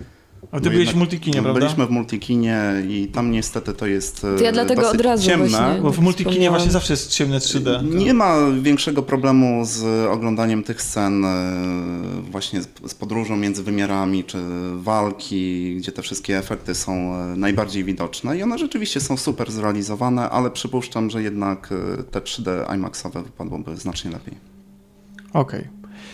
A ty Bo byłeś w jednak multikinie, prawda? Byliśmy w multikinie i tam niestety to jest To ja y, dlatego dosyć od razu ciemne. właśnie- Bo w multikinie Wspomniałam. właśnie zawsze jest ciemne trzy D. Nie ma większego problemu z oglądaniem tych scen y, właśnie z, z podróżą między wymiarami, czy walki, gdzie te wszystkie efekty są y, najbardziej widoczne i one rzeczywiście są super zrealizowane, ale przypuszczam, że jednak y, te trzy D IMAXowe wypadłoby znacznie lepiej. Okej.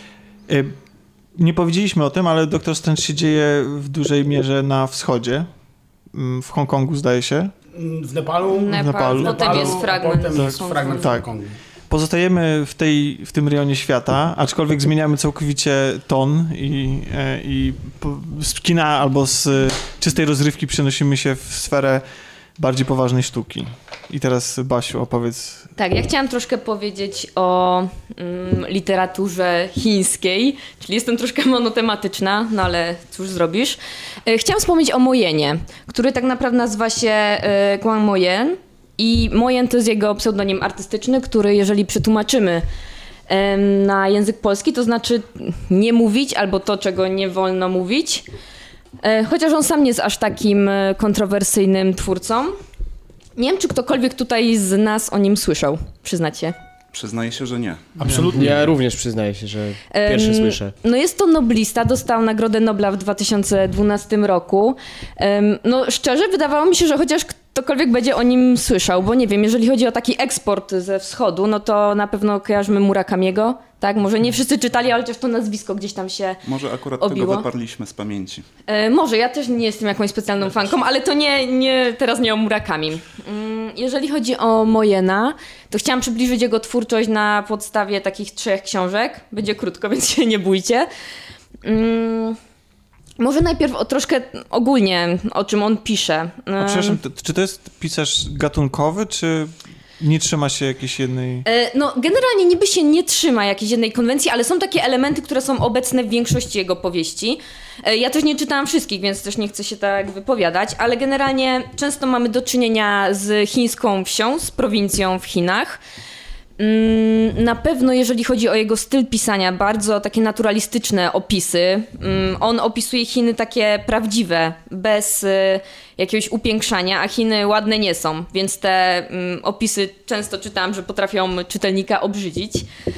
Y, Nie powiedzieliśmy o tym, ale Doktor Strange się dzieje w dużej mierze na wschodzie. Mm, W Hongkongu, zdaje się. W Nepalu, Nepal, Nepalu. potem jest a fragment. Potem jest Tak. fragment Tak. Hongkongu. Pozostajemy w, tej, w tym rejonie świata, aczkolwiek zmieniamy całkowicie ton i, e, i po- z kina albo z czystej rozrywki przenosimy się w sferę bardziej poważnej sztuki. I teraz, Basiu, opowiedz. Tak, ja chciałam troszkę powiedzieć o mm, literaturze chińskiej, czyli jestem troszkę monotematyczna, no ale cóż zrobisz. E, Chciałam wspomnieć o Mojenie, który tak naprawdę nazywa się e, Guang Moyen i Moyen to jest jego pseudonim artystyczny, który jeżeli przetłumaczymy em, na język polski, to znaczy nie mówić albo to, czego nie wolno mówić. E, chociaż on sam nie jest aż takim e, kontrowersyjnym twórcą. Nie wiem, czy ktokolwiek tutaj z nas o nim słyszał, przyznacie. Przyznaję się, że nie. Absolutnie. Ja również przyznaję się, że pierwszy Em, słyszę. No jest to noblista, dostał Nagrodę Nobla w dwa tysiące dwunastym roku. Em, No szczerze, wydawało mi się, że chociaż ktokolwiek będzie o nim słyszał, bo nie wiem, jeżeli chodzi o taki eksport ze wschodu, no to na pewno kojarzymy Murakamiego, tak? Może nie wszyscy czytali, ale chociaż to nazwisko gdzieś tam się Może akurat obiło. tego wyparliśmy z pamięci. E, może, ja też nie jestem jakąś specjalną fanką, ale to nie, nie teraz nie o Murakami. Mm, Jeżeli chodzi o Mojena, to chciałam przybliżyć jego twórczość na podstawie takich trzech książek. Będzie krótko, więc się nie bójcie. Mm, Może najpierw o troszkę ogólnie, o czym on pisze. A przepraszam, to, czy to jest pisarz gatunkowy, czy nie trzyma się jakiejś jednej... E, No, generalnie niby się nie trzyma jakiejś jednej konwencji, ale są takie elementy, które są obecne w większości jego powieści. E, Ja też nie czytałam wszystkich, więc też nie chcę się tak wypowiadać, ale generalnie często mamy do czynienia z chińską wsią, z prowincją w Chinach. Mm, Na pewno jeżeli chodzi o jego styl pisania, bardzo takie naturalistyczne opisy. Mm, On opisuje Chiny takie prawdziwe, bez y, jakiegoś upiększania, a Chiny ładne nie są, więc te mm, opisy często czytałam, że potrafią czytelnika obrzydzić.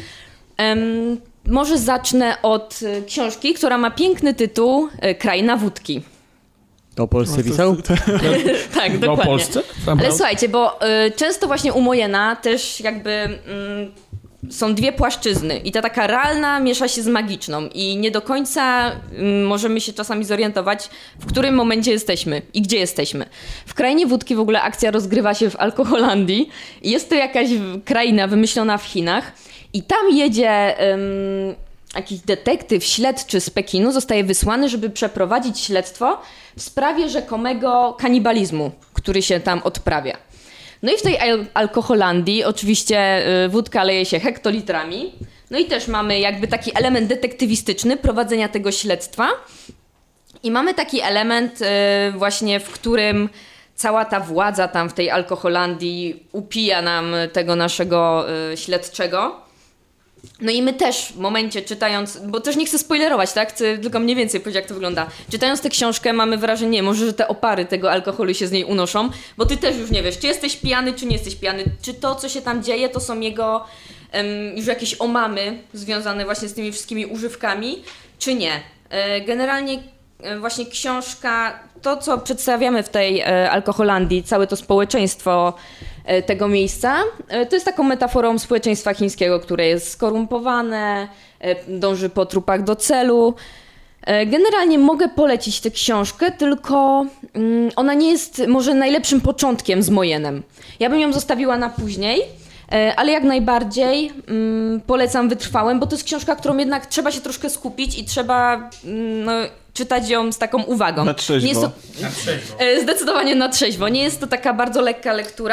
Em, Może zacznę od y, książki, która ma piękny tytuł y, Kraina wódki. To o Polsce pisał? Tak, No, dokładnie. o Polsce? Ale słuchajcie, bo y, często właśnie u Mojena też jakby mm, są dwie płaszczyzny i ta taka realna miesza się z magiczną i nie do końca mm, możemy się czasami zorientować, w którym momencie jesteśmy i gdzie jesteśmy. W Krainie Wódki w ogóle akcja rozgrywa się w Alkoholandii i jest to jakaś kraina wymyślona w Chinach i tam jedzie... Ym, jakiś detektyw śledczy z Pekinu zostaje wysłany, żeby przeprowadzić śledztwo w sprawie rzekomego kanibalizmu, który się tam odprawia. No i w tej al- Alkoholandii oczywiście y, wódka leje się hektolitrami. No i też mamy jakby taki element detektywistyczny prowadzenia tego śledztwa. I mamy taki element y, właśnie, w którym cała ta władza tam w tej Alkoholandii upija nam tego naszego y, śledczego. No i my też w momencie czytając, bo też nie chcę spoilerować, tak? Chcę tylko mniej więcej powiedzieć, jak to wygląda. Czytając tę książkę mamy wrażenie, nie, może, że te opary tego alkoholu się z niej unoszą, bo ty też już nie wiesz, czy jesteś pijany, czy nie jesteś pijany, czy to, co się tam dzieje, to są jego um, już jakieś omamy związane właśnie z tymi wszystkimi używkami, czy nie. E, generalnie e, właśnie książka, to co przedstawiamy w tej e, Alkoholandii, całe to społeczeństwo tego miejsca, to jest taką metaforą społeczeństwa chińskiego, które jest skorumpowane, dąży po trupach do celu. Generalnie mogę polecić tę książkę, tylko ona nie jest może najlepszym początkiem z Mojenem. Ja bym ją zostawiła na później, ale jak najbardziej polecam wytrwałym, bo to jest książka, którą jednak trzeba się troszkę skupić i trzeba no, czytać ją z taką uwagą. Na trzeźwo. Nie jest to, Na trzeźwo. Zdecydowanie na trzeźwo. Nie jest to taka bardzo lekka lektura,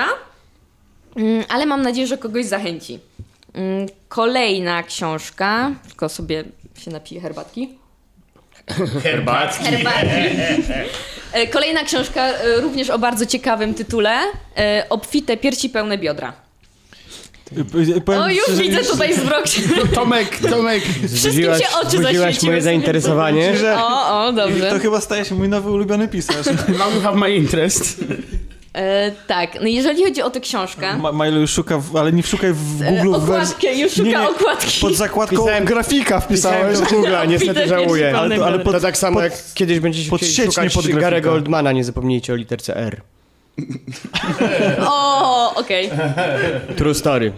ale mam nadzieję, że kogoś zachęci. Kolejna książka, tylko sobie się napiję herbatki. Herbatki. Herbatki. Kolejna książka również o bardzo ciekawym tytule. Obfite piersi pełne biodra. Powiem O, już szczerze, widzę już- tutaj zwrok. Tomek, Tomek. Wszystkim się oczy wzbudziłaś zaświeciły. moje zainteresowanie. że O, o, dobrze. to chyba staje się mój nowy ulubiony pisarz. Now you have my interest. E, tak, no jeżeli chodzi o tę książkę. Ma- Milo już szuka, w, ale nie szukaj w Google E, w wersji. okładkę, już szuka Nie, nie, okładki. Pod zakładką Pisałem- grafika Pisałem wpisałeś. to w Google, niestety Obfite żałuję. piersi pełne Ale- ale biodra. To tak samo pod- jak kiedyś będziecie pod chcieli sieć, nie szukać pod grafika. Gary'ego Oldmana, nie zapomnijcie o literce R. O, okej. True story.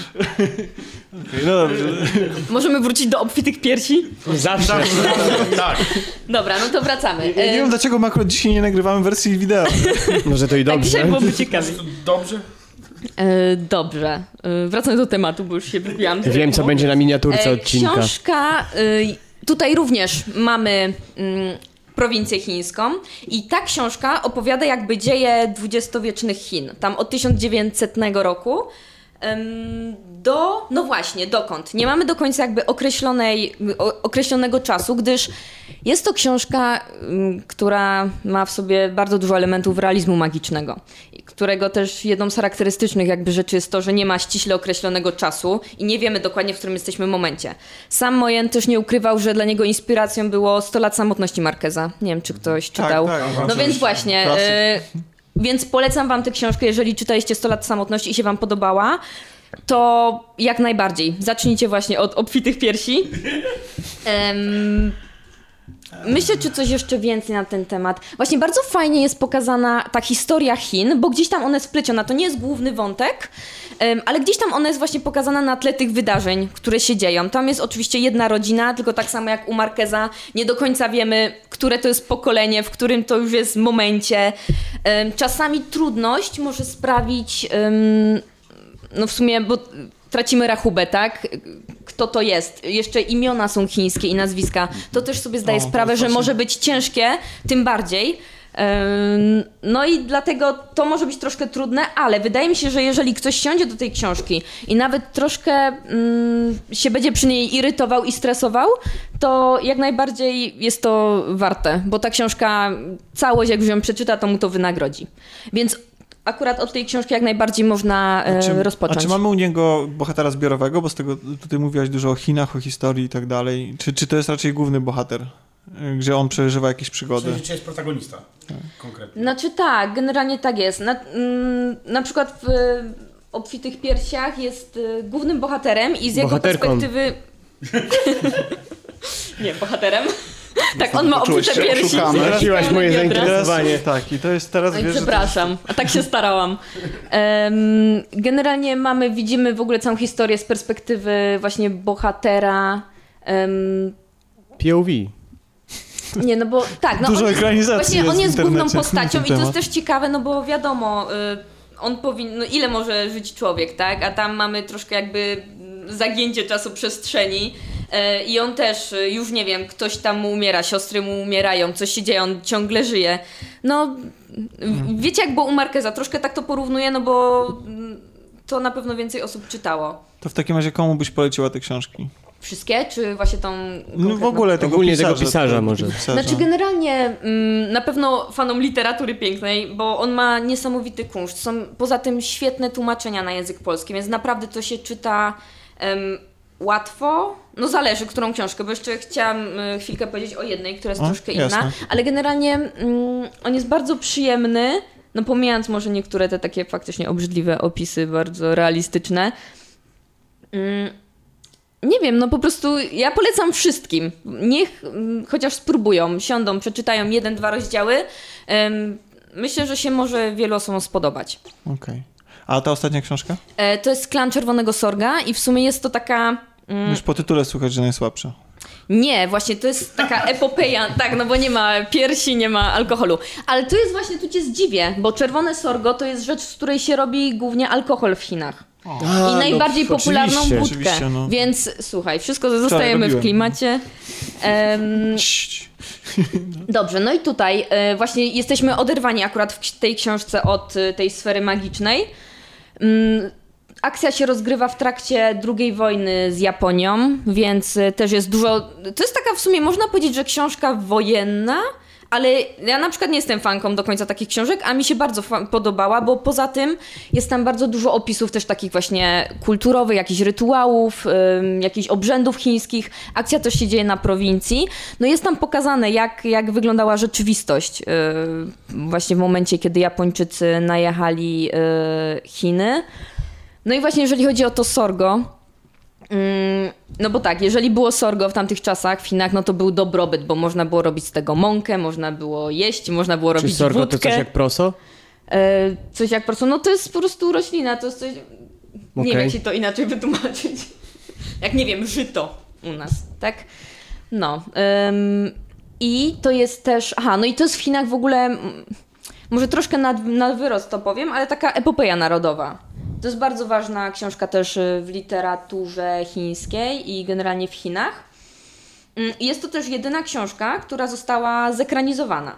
No dobrze. Możemy wrócić do obfitych piersi? Zawsze. Tak. Dobra, no to wracamy. Ja nie wiem, dlaczego my akurat dzisiaj nie nagrywamy wersji wideo. Może to i tak dzisiaj dobrze. byłoby ciekawie. Dobrze? E, dobrze, e, wracając do tematu, bo już się wybiłam. z Wiem, co rytmu. będzie na miniaturce E, odcinka. Książka, y, tutaj również mamy mm, prowincję chińską i ta książka opowiada jakby dzieje dwudziestowiecznych Chin, tam od tysiąc dziewięćsetnego roku em, do, no właśnie, dokąd. Nie mamy do końca jakby określonej, o, określonego czasu, gdyż jest to książka, ym, która ma w sobie bardzo dużo elementów realizmu magicznego. którego też jedną z charakterystycznych jakby rzeczy jest to, że nie ma ściśle określonego czasu i nie wiemy dokładnie, w którym jesteśmy momencie. Sam Moyen też nie ukrywał, że dla niego inspiracją było sto lat samotności Marqueza. Nie wiem, czy ktoś czytał. Tak, tak, no więc właśnie... Więc polecam wam tę książkę, jeżeli czytaliście sto lat samotności i się wam podobała, to jak najbardziej. Zacznijcie właśnie od obfitych piersi. Um, myślę, czy coś jeszcze więcej na ten temat. Właśnie bardzo fajnie jest pokazana ta historia Chin, bo gdzieś tam ona jest wpleciona. To nie jest główny wątek, um, ale gdzieś tam ona jest właśnie pokazana na tle tych wydarzeń, które się dzieją. Tam jest oczywiście jedna rodzina, tylko tak samo jak u Marqueza nie do końca wiemy, które to jest pokolenie, w którym to już jest momencie. Um, czasami trudność może sprawić... Um, no w sumie, bo tracimy rachubę, tak? Kto to jest? Jeszcze imiona są chińskie i nazwiska. To też sobie zdaję o, sprawę, że może być ciężkie, tym bardziej. No i dlatego to może być troszkę trudne, ale wydaje mi się, że jeżeli ktoś siądzie do tej książki i nawet troszkę mm, się będzie przy niej irytował i stresował, to jak najbardziej jest to warte, bo ta książka, całość jak już ją przeczyta, to mu to wynagrodzi. Więc akurat od tej książki jak najbardziej można e, a czy, rozpocząć. A czy mamy u niego bohatera zbiorowego? Bo z tego tutaj mówiłaś dużo o Chinach, o historii i tak dalej. Czy, czy to jest raczej główny bohater? Gdzie on przeżywa jakieś przygody? Czy jest protagonista tak. konkretnie? Znaczy tak, generalnie tak jest. Na, mm, na przykład w Obfitych piersiach jest y, głównym bohaterem i z jego Bohaterką. perspektywy... Nie, bohaterem. Tak, on ma obfite piersi. Straciłaś moje zainteresowanie. Tak, i to jest teraz... Oj, wiesz, przepraszam, a tak się starałam. Um, generalnie mamy, widzimy w ogóle całą historię z perspektywy właśnie bohatera. Um, P O V. Nie, no bo tak, no Dużo on jest, ekranizacji właśnie on jest jest w główną internecie postacią na i ten to jest temat. też ciekawe, no bo wiadomo, y, on powinien, no ile może żyć człowiek, tak? A tam mamy troszkę jakby zagięcie czasoprzestrzeni y, i on też, y, już nie wiem, ktoś tam mu umiera, siostry mu umierają, coś się dzieje, on ciągle żyje. No, hmm. wiecie jak było u Marqueza, troszkę tak to porównuję, no bo y, to na pewno więcej osób czytało. To w takim razie komu byś poleciła te książki? Wszystkie, czy właśnie tą No w ogóle tego Ogólnie pisarza, tego pisarza tego może. Pisarza. Znaczy generalnie mm, na pewno fanom literatury pięknej, bo on ma niesamowity kunszt. Są poza tym świetne tłumaczenia na język polski, więc naprawdę to się czyta um, łatwo. No zależy, którą książkę, bo jeszcze chciałam y, chwilkę powiedzieć o jednej, która jest o, troszkę jasne. inna, ale generalnie mm, on jest bardzo przyjemny, no pomijając może niektóre te takie faktycznie obrzydliwe opisy, bardzo realistyczne. Mm, Nie wiem, no po prostu ja polecam wszystkim. Niech m, chociaż spróbują, siądą, przeczytają jeden, dwa rozdziały. Ym, myślę, że się może wielu osobom spodobać. Okej. Okay. A ta ostatnia książka? E, to jest Klan Czerwonego Sorga i w sumie jest to taka... Mm, Już po tytule słychać, że najsłabsza. Nie, właśnie to jest taka epopeja, tak, no bo nie ma piersi, nie ma alkoholu. Ale to jest właśnie, tu cię zdziwię, bo czerwone sorgo to jest rzecz, z której się robi głównie alkohol w Chinach. A, I najbardziej no, popularną oczywiście. wódkę. Oczywiście, no. Więc słuchaj, wszystko zostajemy w robiłem. klimacie. Um, Cii. dobrze, no i tutaj e, właśnie jesteśmy oderwani akurat w tej książce od e, tej sfery magicznej. Um, akcja się rozgrywa w trakcie drugiej wojny z Japonią, więc e, też jest dużo... To jest taka w sumie, można powiedzieć, że książka wojenna, ale ja na przykład nie jestem fanką do końca takich książek, a mi się bardzo fa- podobała, bo poza tym jest tam bardzo dużo opisów też takich właśnie kulturowych, jakichś rytuałów, ym, jakichś obrzędów chińskich. Akcja też się dzieje na prowincji. No jest tam pokazane, jak, jak wyglądała rzeczywistość yy, właśnie w momencie, kiedy Japończycy najechali yy, Chiny. No i właśnie jeżeli chodzi o to sorgo, no bo tak, jeżeli było sorgo w tamtych czasach w Chinach, no to był dobrobyt, bo można było robić z tego mąkę, można było jeść, można było Czy robić sorgo wódkę. to coś jak proso? E, coś jak proso, no to jest po prostu roślina, to jest coś... Nie Okay. wiem, jak się to inaczej wytłumaczyć. Jak nie wiem, żyto u nas, tak? No. Ym, I to jest też... Aha, no i to jest w Chinach w ogóle... Może troszkę na, na wyrost to powiem, ale taka epopeja narodowa. To jest bardzo ważna książka też w literaturze chińskiej i generalnie w Chinach. Jest to też jedyna książka, która została zekranizowana.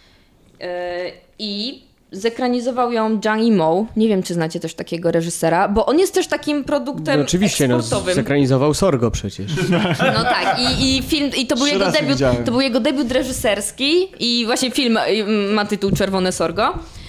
I zekranizował ją Zhang Yimou. Nie wiem, czy znacie też takiego reżysera, bo on jest też takim produktem No, oczywiście, no, eksportowym. zekranizował Sorgo przecież. No tak, i, i film, i to był Trzy jego razy debiut, widziałem. to był jego debiut reżyserski i właśnie film ma tytuł Czerwone Sorgo.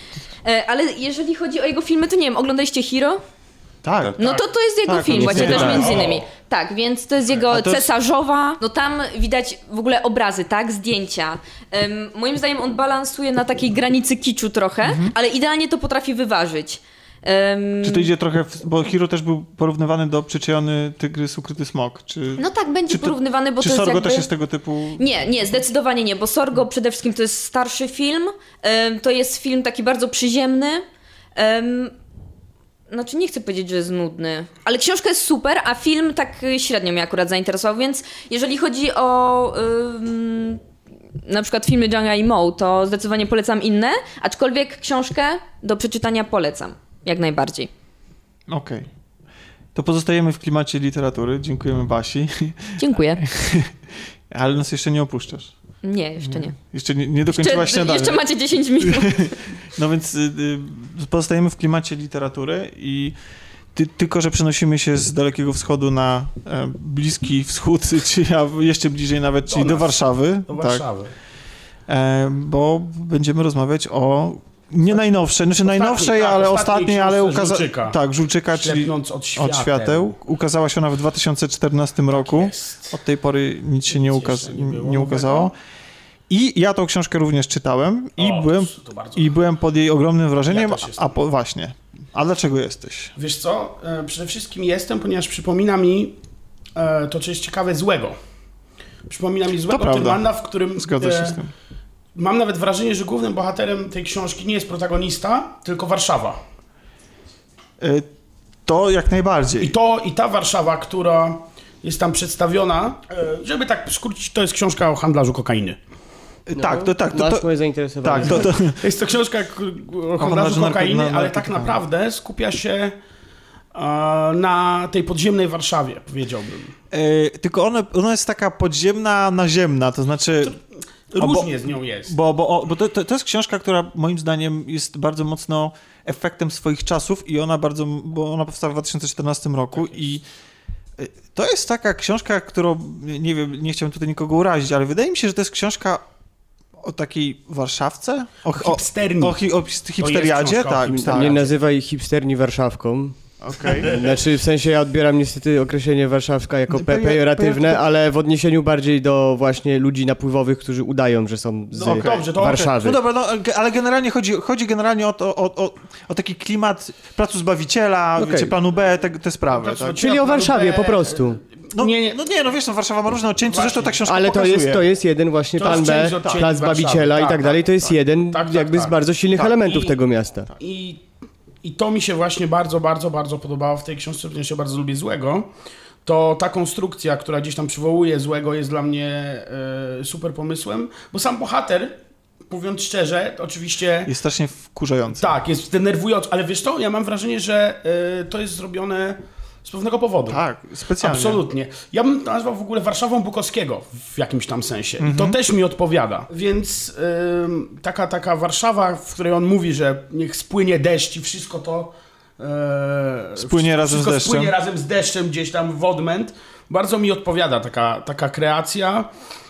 E, ale jeżeli chodzi o jego filmy, to nie wiem, oglądaliście Hero? Tak. No to to jest jego Tak, film, nie właśnie też wiedziałem. między innymi. Tak, więc to jest jego to jest- Cesarzowa. No tam widać w ogóle obrazy, tak, zdjęcia. Um, moim zdaniem on balansuje na takiej granicy kiczu trochę, Mhm. ale idealnie to potrafi wyważyć. Um, Czy to idzie trochę, w, bo Hiro też był porównywany do Przyczajony Tygrys, Ukryty Smok. Czy, no tak, będzie czy to- porównywany, bo czy to jest Sorgo jakby... też jest tego typu... Nie, nie, zdecydowanie nie, bo Sorgo przede wszystkim to jest starszy film, em, to jest film taki bardzo przyziemny, em, znaczy nie chcę powiedzieć, że jest nudny, ale książka jest super, a film tak y, średnio mnie akurat zainteresował, więc jeżeli chodzi o ym, na przykład filmy Django i Moe, to zdecydowanie polecam inne, aczkolwiek książkę do przeczytania polecam, jak najbardziej. Okej. To pozostajemy w klimacie literatury. Dziękujemy Basi. Dziękuję. Ale nas jeszcze nie opuszczasz. Nie, jeszcze nie. Jeszcze nie, nie dokończyłaś Jeszcze, śniadania. jeszcze macie dziesięć minut. No więc y, y, pozostajemy w klimacie literatury i ty, tylko, że przenosimy się z Dalekiego Wschodu na e, Bliski Wschód, czy a jeszcze bliżej nawet, czyli Do do nas. Warszawy. Do tak, Warszawy. e, bo będziemy rozmawiać o nie najnowszej, znaczy najnowszej, tak, ale ostatniej ostatniej, ale książce ukaza... Żulczyka. Tak, Żulczyka, czyli Ślepnąc od świateł. od świateł. Ukazała się ona w dwa tysiące czternastym roku. Jest. Od tej pory nic się nie, Nic ukaz- jeszcze nie było nie ukazało. nowego. I ja tą książkę również czytałem i, O, byłem, to bardzo- i byłem pod jej ogromnym wrażeniem. Ja też jestem. a po, właśnie, a dlaczego jesteś? Wiesz co, e, przede wszystkim jestem, ponieważ przypomina mi e, to, co jest ciekawe, złego. Przypomina mi złego prawda. Tyrmanda, w którym Zgadza się e, z tym. mam nawet wrażenie, że głównym bohaterem tej książki nie jest protagonista, tylko Warszawa. Y, To jak najbardziej. I to i ta Warszawa, która jest tam przedstawiona, e, żeby tak skrócić, to jest książka o handlarzu kokainy. Y, tak, to tak. To, Masz to, moje zainteresowanie. tak, to, to, To jest to książka k- o handlarzu handlarzu narko- kokainy, na- ale tak narkotykami. naprawdę skupia się e, na tej podziemnej Warszawie, powiedziałbym. y, tylko ona, ona jest taka podziemna, naziemna, to znaczy... Różnie z nią jest. Bo, bo, o, bo to, to, to jest książka, która moim zdaniem jest bardzo mocno efektem swoich czasów i ona bardzo, bo ona powstała w dwa tysiące czternastym roku i y, to jest taka książka, którą, nie wiem, nie chciałem tutaj nikogo urazić, ale wydaje mi się, że to jest książka o takiej Warszawce? O, o, hipsterni. o, hi, o hipsteriadzie? książka o Tak, hipsteriadzie. tak. Nie nazywaj hipsterni Warszawką. Okej. Znaczy, w sensie ja odbieram niestety określenie warszawska jako pe- Pejo- pejoratywne, pejo- ale w odniesieniu bardziej do właśnie ludzi napływowych, którzy udają, że są z No, okej. Dobrze, to okej. Warszawy. No dobra, no, ge- ale generalnie chodzi, chodzi generalnie o, to, o, o, o taki klimat Placu Zbawiciela, Okej. wiecie, planu B, te, te sprawy. Placu Tak? Zbawiciela. Czyli o Warszawie po prostu. No Nie, nie, nie. no nie, no wiesz, no Warszawa ma różne odcienie, Właśnie. zresztą ta książka Ale to pokazuje. jest, to jest jeden właśnie To plan jest B, część odcieni Plac Warszawy. Zbawiciela i Tak, tak dalej. To jest tak. jeden Tak, tak, jakby tak. z bardzo silnych Tak. elementów I- tego miasta. I, I to mi się właśnie bardzo, bardzo, bardzo podobało w tej książce, ponieważ ja bardzo lubię złego. To ta konstrukcja, która gdzieś tam przywołuje złego, jest dla mnie e, super pomysłem, bo sam bohater, mówiąc szczerze, oczywiście... Jest strasznie wkurzający. Tak, jest denerwujący, ale wiesz co, ja mam wrażenie, że e, to jest zrobione z pewnego powodu. Tak, specjalnie. Absolutnie. Ja bym to nazwał w ogóle Warszawą Bukowskiego w jakimś tam sensie. I Mhm. to też mi odpowiada. Więc ym, taka, taka Warszawa, w której on mówi, że niech spłynie deszcz i wszystko to... e, Spłynie razem wszystko z deszczem. spłynie razem z deszczem gdzieś tam w odmęt. Bardzo mi odpowiada taka, taka kreacja.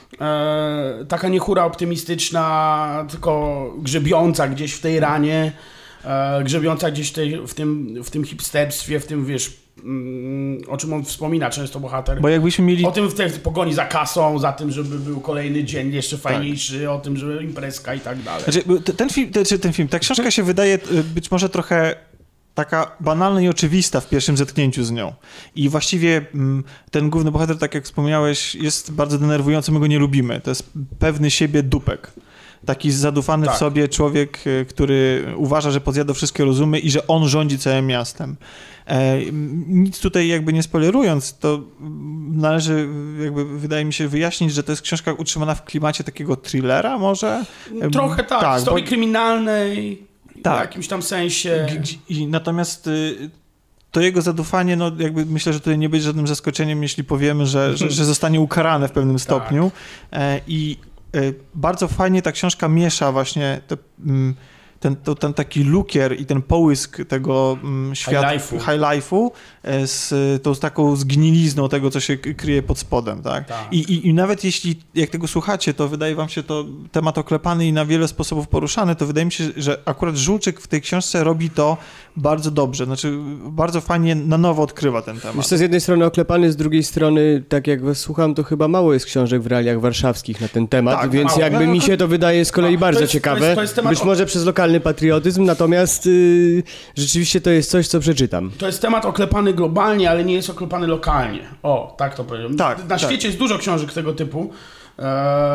E, taka nie hura optymistyczna, tylko grzebiąca gdzieś w tej ranie. E, grzebiąca gdzieś w, tej, w, tym, w tym hipsterstwie, w tym, wiesz, mm, o czym on wspomina często bohater. Bo jakbyśmy mieli... O tym w tej pogoni za kasą, za tym, żeby był kolejny dzień jeszcze fajniejszy, o tym, że imprezka i tak dalej. Znaczy, t- ten film, ten, ten film, ta książka się wydaje y, być może trochę taka banalna i oczywista w pierwszym zetknięciu z nią. I właściwie mm, ten główny bohater, tak jak wspomniałeś, jest bardzo denerwujący, my go nie lubimy. To jest pewny siebie dupek. Taki zadufany Tak. w sobie człowiek, y, który uważa, że podzjada wszystkie rozumy i że on rządzi całym miastem. E, nic tutaj jakby nie spoilerując, to mm, należy jakby, wydaje mi się, wyjaśnić, że to jest książka utrzymana w klimacie takiego thrillera może? Trochę tak, tak, historii bo- kryminalnej, Tak. w jakimś tam sensie. G- g- I natomiast y, to jego zadufanie, no jakby myślę, że tutaj nie będzie żadnym zaskoczeniem, jeśli powiemy, że, że, że zostanie ukarane w pewnym stopniu. E, I e, bardzo fajnie ta książka miesza właśnie te, mm, ten, to, ten taki lukier i ten połysk tego um, świata, High life'u. high life'u e, z tą z taką zgnilizną tego, co się k- kryje pod spodem, tak? Tak. I, i, I nawet jeśli, jak tego słuchacie, to wydaje wam się to temat oklepany i na wiele sposobów poruszany, to wydaje mi się, że akurat Żulczyk w tej książce robi to bardzo dobrze, znaczy bardzo fajnie na nowo odkrywa ten temat. Wiesz co, z jednej strony oklepany, z drugiej strony, tak jak was słucham, to chyba mało jest książek w realiach warszawskich na ten temat, Tak, więc mało. jakby No, mi to- się to wydaje z kolei no, to bardzo jest- to ciekawe. jest- to jest temat Być o- może przez lokalny patriotyzm, natomiast yy, rzeczywiście to jest coś, co przeczytam. To jest temat oklepany globalnie, ale nie jest oklepany lokalnie. O, tak to powiem. Tak, Na tak. świecie jest dużo książek tego typu, e,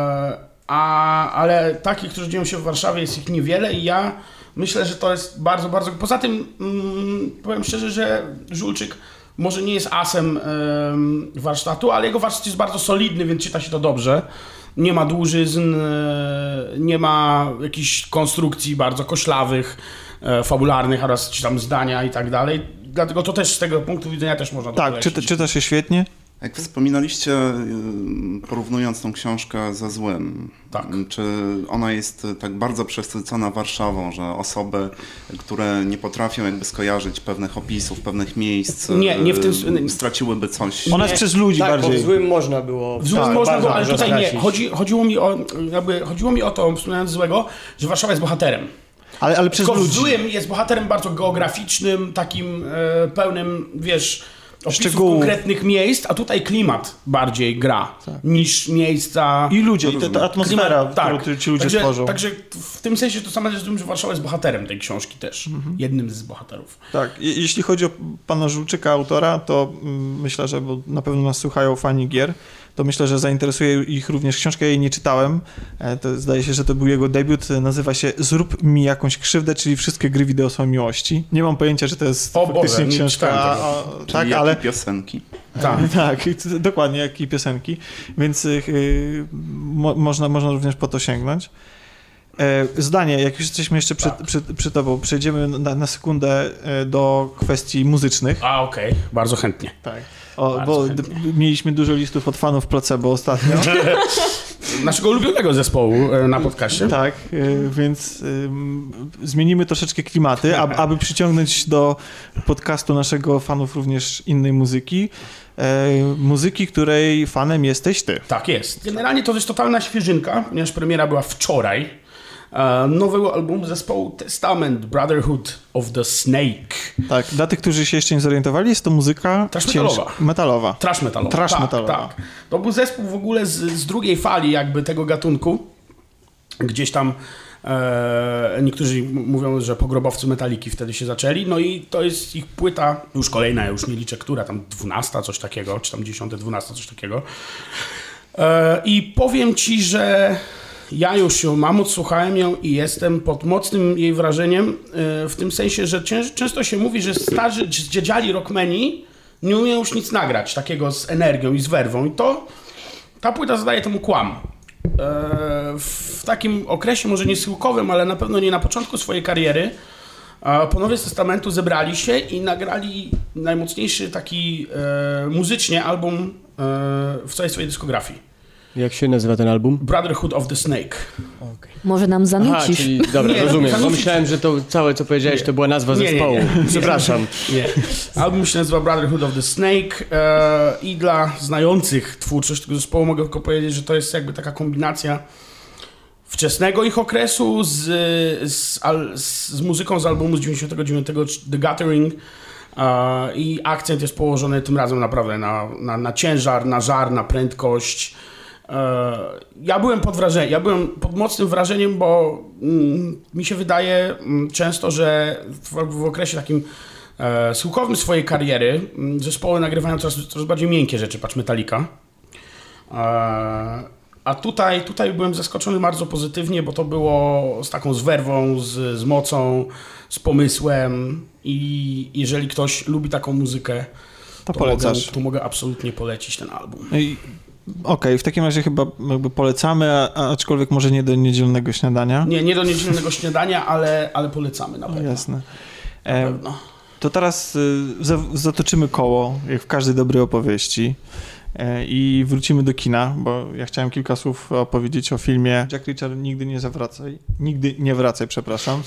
a, ale takich, którzy dzieją się w Warszawie, jest ich niewiele i ja myślę, że to jest bardzo, bardzo... Poza tym mm, powiem szczerze, że Żulczyk może nie jest asem em, warsztatu, ale jego warsztat jest bardzo solidny, więc czyta się to dobrze. Nie ma dłużyzn, e, nie ma jakichś konstrukcji bardzo koślawych, e, fabularnych oraz czy tam zdania i tak dalej. Dlatego to też z tego punktu widzenia też można to Tak, polecić. czyta, czyta się świetnie. Jak wspominaliście, y, porównując tą książkę ze Złym, Tak. czy ona jest y, tak bardzo przesycona Warszawą, że osoby, które nie potrafią jakby skojarzyć pewnych opisów, pewnych miejsc, Nie, nie w tym- y, straciłyby coś. Ona jest przez ludzi Tak, bo bardziej. w złym można było... W złym tak, można bardzo było, ale dużo tutaj nie. stracić. Chodzi, chodziło, mi o, jakby, chodziło mi o to, wspominając złego, że Warszawa jest bohaterem. Ale, ale przez Tylko w ludzi. złym jest bohaterem bardzo geograficznym, takim e, pełnym, wiesz, opisów Szczegółów. konkretnych miejsc, a tutaj klimat bardziej gra niż miejsca... I ludzie, i ta, ta atmosfera, Klimat, którą ci ludzie także, tworzą. Także w tym sensie to samo jest z tym, że Warszawa jest bohaterem tej książki też. Mhm. Jednym z bohaterów. Tak, je- jeśli chodzi o pana Żulczyka, autora, to mm, myślę, że bo na pewno nas słuchają fani gier, to myślę, że zainteresuje ich również książkę, ja jej nie czytałem. E, To zdaje się, że to był jego debiut, e, nazywa się Zrób mi jakąś krzywdę, czyli wszystkie gry wideo są miłości. Nie mam pojęcia, że to jest O Boże, faktycznie nie książka, czytałem a, tego. a, Czyli tak, jakie ale... piosenki. Tak. Tak, i t- dokładnie, jak i piosenki, więc y, mo, można, można również po to sięgnąć. E, zdanie, jak już jesteśmy jeszcze przed, Tak. przed, przed tobą, przejdziemy na, na sekundę e, do kwestii muzycznych. A, okej. Bardzo chętnie. Tak. O, Bardzo bo chętnie. d- mieliśmy dużo listów od fanów Placebo ostatnio. Naszego ulubionego zespołu e, na podcaście. Tak, y, więc y, zmienimy troszeczkę klimaty, aby, aby przyciągnąć do podcastu naszego fanów również innej muzyki. E, muzyki, której fanem jesteś ty. Tak jest. Generalnie to jest totalna świeżynka, ponieważ premiera była wczoraj. E, nowego albumu zespołu Testament, Brotherhood of the Snake. Tak, dla tych, którzy się jeszcze nie zorientowali, jest to muzyka Trash cięż- metalowa. metalowa. Trash metalowa. Trash tak, metalowa. Tak. To był zespół w ogóle z, z drugiej fali jakby tego gatunku. Gdzieś tam e, niektórzy m- mówią, że pogrobowcy Metaliki wtedy się zaczęli. No i to jest ich płyta, już kolejna, ja już nie liczę, która, tam dwunasta, coś takiego, czy tam dziesiąta, dwunasta, coś takiego. E, I powiem ci, że ja już ją mam, odsłuchałem ją i jestem pod mocnym jej wrażeniem, e, w tym sensie, że cię, często się mówi, że starzy, dziedziali rockmeni nie umieją już nic nagrać takiego z energią i z werwą i to, ta płyta zadaje temu kłam. E, w takim okresie, może nie schyłkowym, ale na pewno nie na początku swojej kariery, a panowie z Testamentu zebrali się i nagrali najmocniejszy taki e, muzycznie album e, w całej swojej dyskografii. Jak się nazywa ten album? Brotherhood of the Snake. Może nam Aha, zanucisz. czyli, dobra, Nie, rozumiem, bo zanucić. myślałem, że to całe, co powiedziałeś, to była nazwa Nie, nie, zespołu. nie. Przepraszam. Nie. Album się nazywa Brotherhood of the Snake e, i dla znających twórczość tego zespołu mogę tylko powiedzieć, że to jest jakby taka kombinacja wczesnego ich okresu z, z, al, z, z muzyką z albumu z dziewięćdziesiątego dziewiątego The Gathering e, i akcent jest położony tym razem naprawdę na, na, na ciężar, na żar, na prędkość. E, ja byłem pod wrażeniem, ja byłem pod mocnym wrażeniem, bo mm, mi się wydaje mm, często, że w, w okresie takim e, schyłkowym swojej kariery mm, zespoły nagrywają coraz, coraz bardziej miękkie rzeczy, patrz Metallica. E, a tutaj, tutaj byłem zaskoczony bardzo pozytywnie, bo to było z taką z werwą, z, z mocą, z pomysłem i jeżeli ktoś lubi taką muzykę, To to mogę, polecasz. to mogę absolutnie polecić ten album. I- Okej, w takim razie chyba jakby polecamy, a, a aczkolwiek może nie do niedzielnego śniadania. Nie, nie do niedzielnego śniadania, ale, ale polecamy na No pewno. jasne. Na E, pewno. to teraz y, za, zatoczymy koło, jak w każdej dobrej opowieści. i wrócimy do kina, bo ja chciałem kilka słów opowiedzieć o filmie Jack Reacher Nigdy nie zawracaj. Nigdy nie wracaj, przepraszam.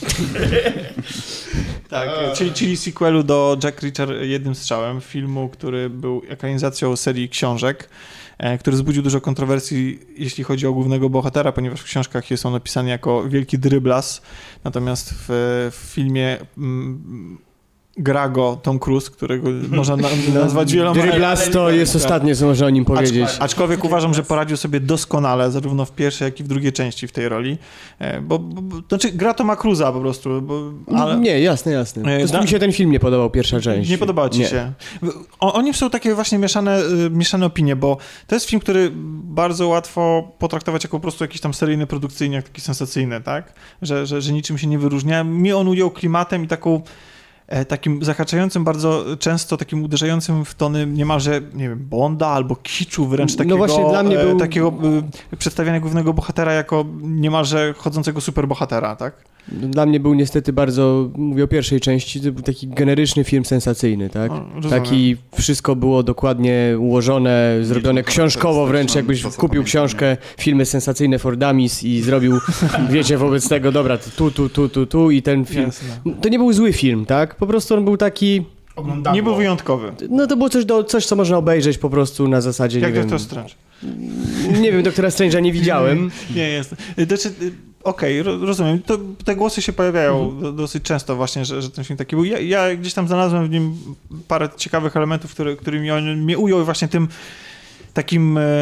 Tak, czyli, czyli sequelu do Jack Reacher jednym strzałem, filmu, który był ekranizacją serii książek, który wzbudził dużo kontrowersji, jeśli chodzi o głównego bohatera, ponieważ w książkach jest on opisany jako wielki dryblas, natomiast w, w filmie mm, gra go Tom Cruise, którego można na, nazwać wieloma... Dryblas to jest ostatnie, co można o nim powiedzieć. Acz, aczkolwiek uważam, że poradził sobie doskonale, zarówno w pierwszej, jak i w drugiej części w tej roli, bo, bo, bo znaczy gra Toma Cruise'a po prostu, bo, ale... Nie, jasne, jasne. Po prostu Da... mi się ten film nie podobał, pierwsza część. Nie podobała ci nie. się? O, oni są takie właśnie mieszane, mieszane opinie, bo to jest film, który bardzo łatwo potraktować jako po prostu jakiś tam seryjny, produkcyjny, jak taki sensacyjny, tak? Że, że, że niczym się nie wyróżnia. Mi on ujął klimatem i taką takim zahaczającym bardzo często, takim uderzającym w tony niemalże, nie wiem, Bonda albo kiczu, wręcz takiego, no właśnie dla mnie był... takiego przedstawiania głównego bohatera jako niemalże chodzącego superbohatera, tak? Dla mnie był niestety bardzo, mówię o pierwszej części, to był taki generyczny film sensacyjny, tak? No, taki wszystko było dokładnie ułożone, zrobione książkowo wręcz, jakbyś kupił książkę, filmy sensacyjne for dummies i zrobił, wiecie, wobec tego, dobra, tu, tu, tu, tu, tu i ten film. Jasne. To nie był zły film, tak? Po prostu on był taki... Oglądamy. Nie był wyjątkowy. No to było coś, do, coś co można obejrzeć po prostu na zasadzie, Jak nie wiem... Doktor Strange. Nie wiem, Doktora Strange'a nie widziałem. Nie, jest. Znaczy, okej, okay, rozumiem. To, te głosy się pojawiają mhm. do, dosyć często właśnie, że, że ten film taki był. Ja, ja gdzieś tam znalazłem w nim parę ciekawych elementów, które, którymi on mnie ujął właśnie tym takim... E,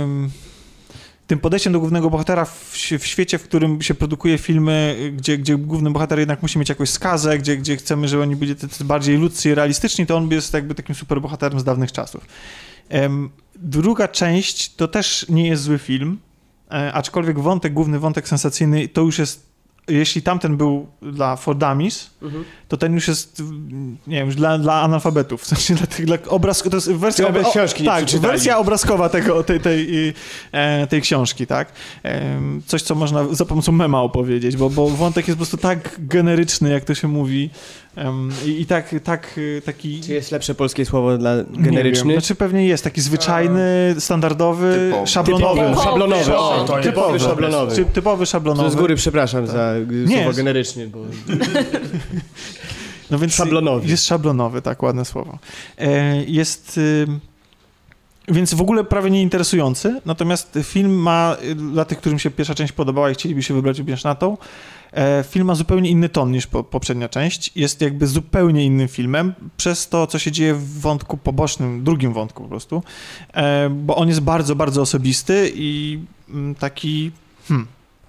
tym podejściem do głównego bohatera w, w świecie, w którym się produkuje filmy, gdzie, gdzie główny bohater jednak musi mieć jakąś skazę, gdzie, gdzie chcemy, żeby oni byli bardziej ludzcy i realistyczni, to on jest jakby takim superbohaterem z dawnych czasów. Um, druga część to też nie jest zły film, e, aczkolwiek wątek, główny wątek sensacyjny to już jest, jeśli tamten był dla for dummies, mhm. to ten już jest, nie wiem, już dla, dla analfabetów, w sensie dla tych, dla obraz, to jest wersja, obra- książki tak, wersja obrazkowa tego, tej, tej, e, tej książki, tak? E, coś, co można za pomocą mema opowiedzieć, bo, bo wątek jest po prostu tak generyczny, jak to się mówi, um, i, i tak, tak, taki... Czy jest lepsze polskie słowo dla generyczny? Znaczy pewnie jest taki zwyczajny, standardowy, typowy. szablonowy. Typowy, szablonowy, o, to jest typowy, szablonowy. Ty, typowy szablonowy. To z góry przepraszam tak. za Nie słowo jest. generyczny, bo... No więc szablonowy. Jest szablonowy, tak, ładne słowo. Jest... Więc w ogóle prawie nieinteresujący, natomiast film ma, dla tych, którym się pierwsza część podobała i chcieliby się wybrać również na tą, film ma zupełnie inny ton niż po, poprzednia część. Jest jakby zupełnie innym filmem przez to, co się dzieje w wątku pobocznym, drugim wątku po prostu, bo on jest bardzo, bardzo osobisty i taki... Hmm,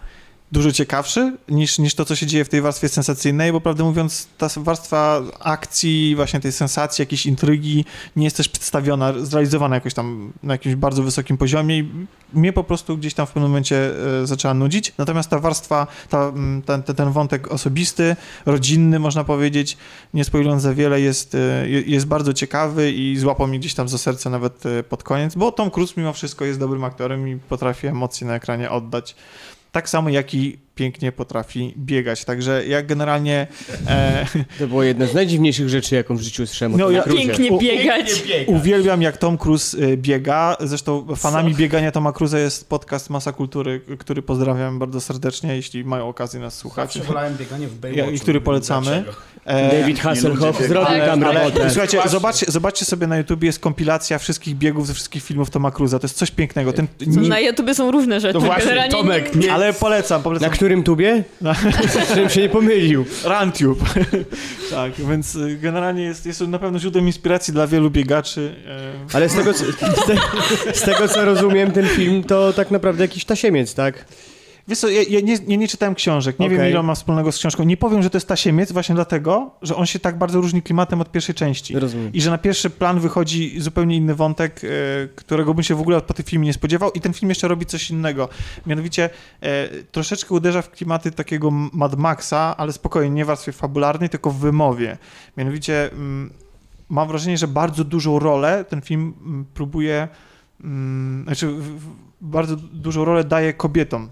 dużo ciekawszy niż, niż to, co się dzieje w tej warstwie sensacyjnej, bo prawdę mówiąc ta warstwa akcji, właśnie tej sensacji, jakiejś intrygi nie jest też przedstawiona, zrealizowana jakoś tam na jakimś bardzo wysokim poziomie i mnie po prostu gdzieś tam w pewnym momencie e, zaczęła nudzić. Natomiast ta warstwa, ta, ten, ten wątek osobisty, rodzinny można powiedzieć, nie spoilując za wiele, jest, e, jest bardzo ciekawy i złapał mnie gdzieś tam za serce nawet e, pod koniec, bo Tom Cruise mimo wszystko jest dobrym aktorem i potrafi emocje na ekranie oddać. Tak samo jak i pięknie potrafi biegać, także ja generalnie... E... To było jedna z najdziwniejszych rzeczy, jaką w życiu słyszałem o no, Tomie ja, Cruisie. Pięknie biegać. Pięknie biegać. Uwielbiam, jak Tom Cruise biega, zresztą fanami Co? biegania Toma Cruise'a jest podcast Masa Kultury, który pozdrawiam bardzo serdecznie, jeśli mają okazję nas słuchać. Zawsze wolałem bieganie w Baywatchu. I który polecamy. E... David Hasselhoff zrobił tak, tam ale, robotę. Słuchajcie, zobaczcie, zobaczcie sobie na YouTubie, jest kompilacja wszystkich biegów ze wszystkich filmów Toma Cruise'a, to jest coś pięknego. Ten, nie... Na YouTubie są różne rzeczy. No właśnie, generalnie Tomek, nie... Ale polecam, polecam. Na którym tubie? Na... Żebym się nie pomylił. RunTube. Tak, więc generalnie jest, jest na pewno źródłem inspiracji dla wielu biegaczy. Ale z tego, co, z, te, z tego, co rozumiem, ten film to tak naprawdę jakiś tasiemiec, tak? Wiesz co, ja, ja nie, nie, nie czytałem książek, nie okay. wiem, ile on ma wspólnego z książką. Nie powiem, że to jest tasiemiec właśnie dlatego, że on się tak bardzo różni klimatem od pierwszej części. Rozumiem. I że na pierwszy plan wychodzi zupełnie inny wątek, e, którego bym się w ogóle po tym filmie nie spodziewał i ten film jeszcze robi coś innego. Mianowicie e, troszeczkę uderza w klimaty takiego Mad Maxa, ale spokojnie, nie w warstwie fabularnej, tylko w wymowie. Mianowicie mm, mam wrażenie, że bardzo dużą rolę ten film mm, próbuje, mm, znaczy w, w, bardzo dużą rolę daje kobietom.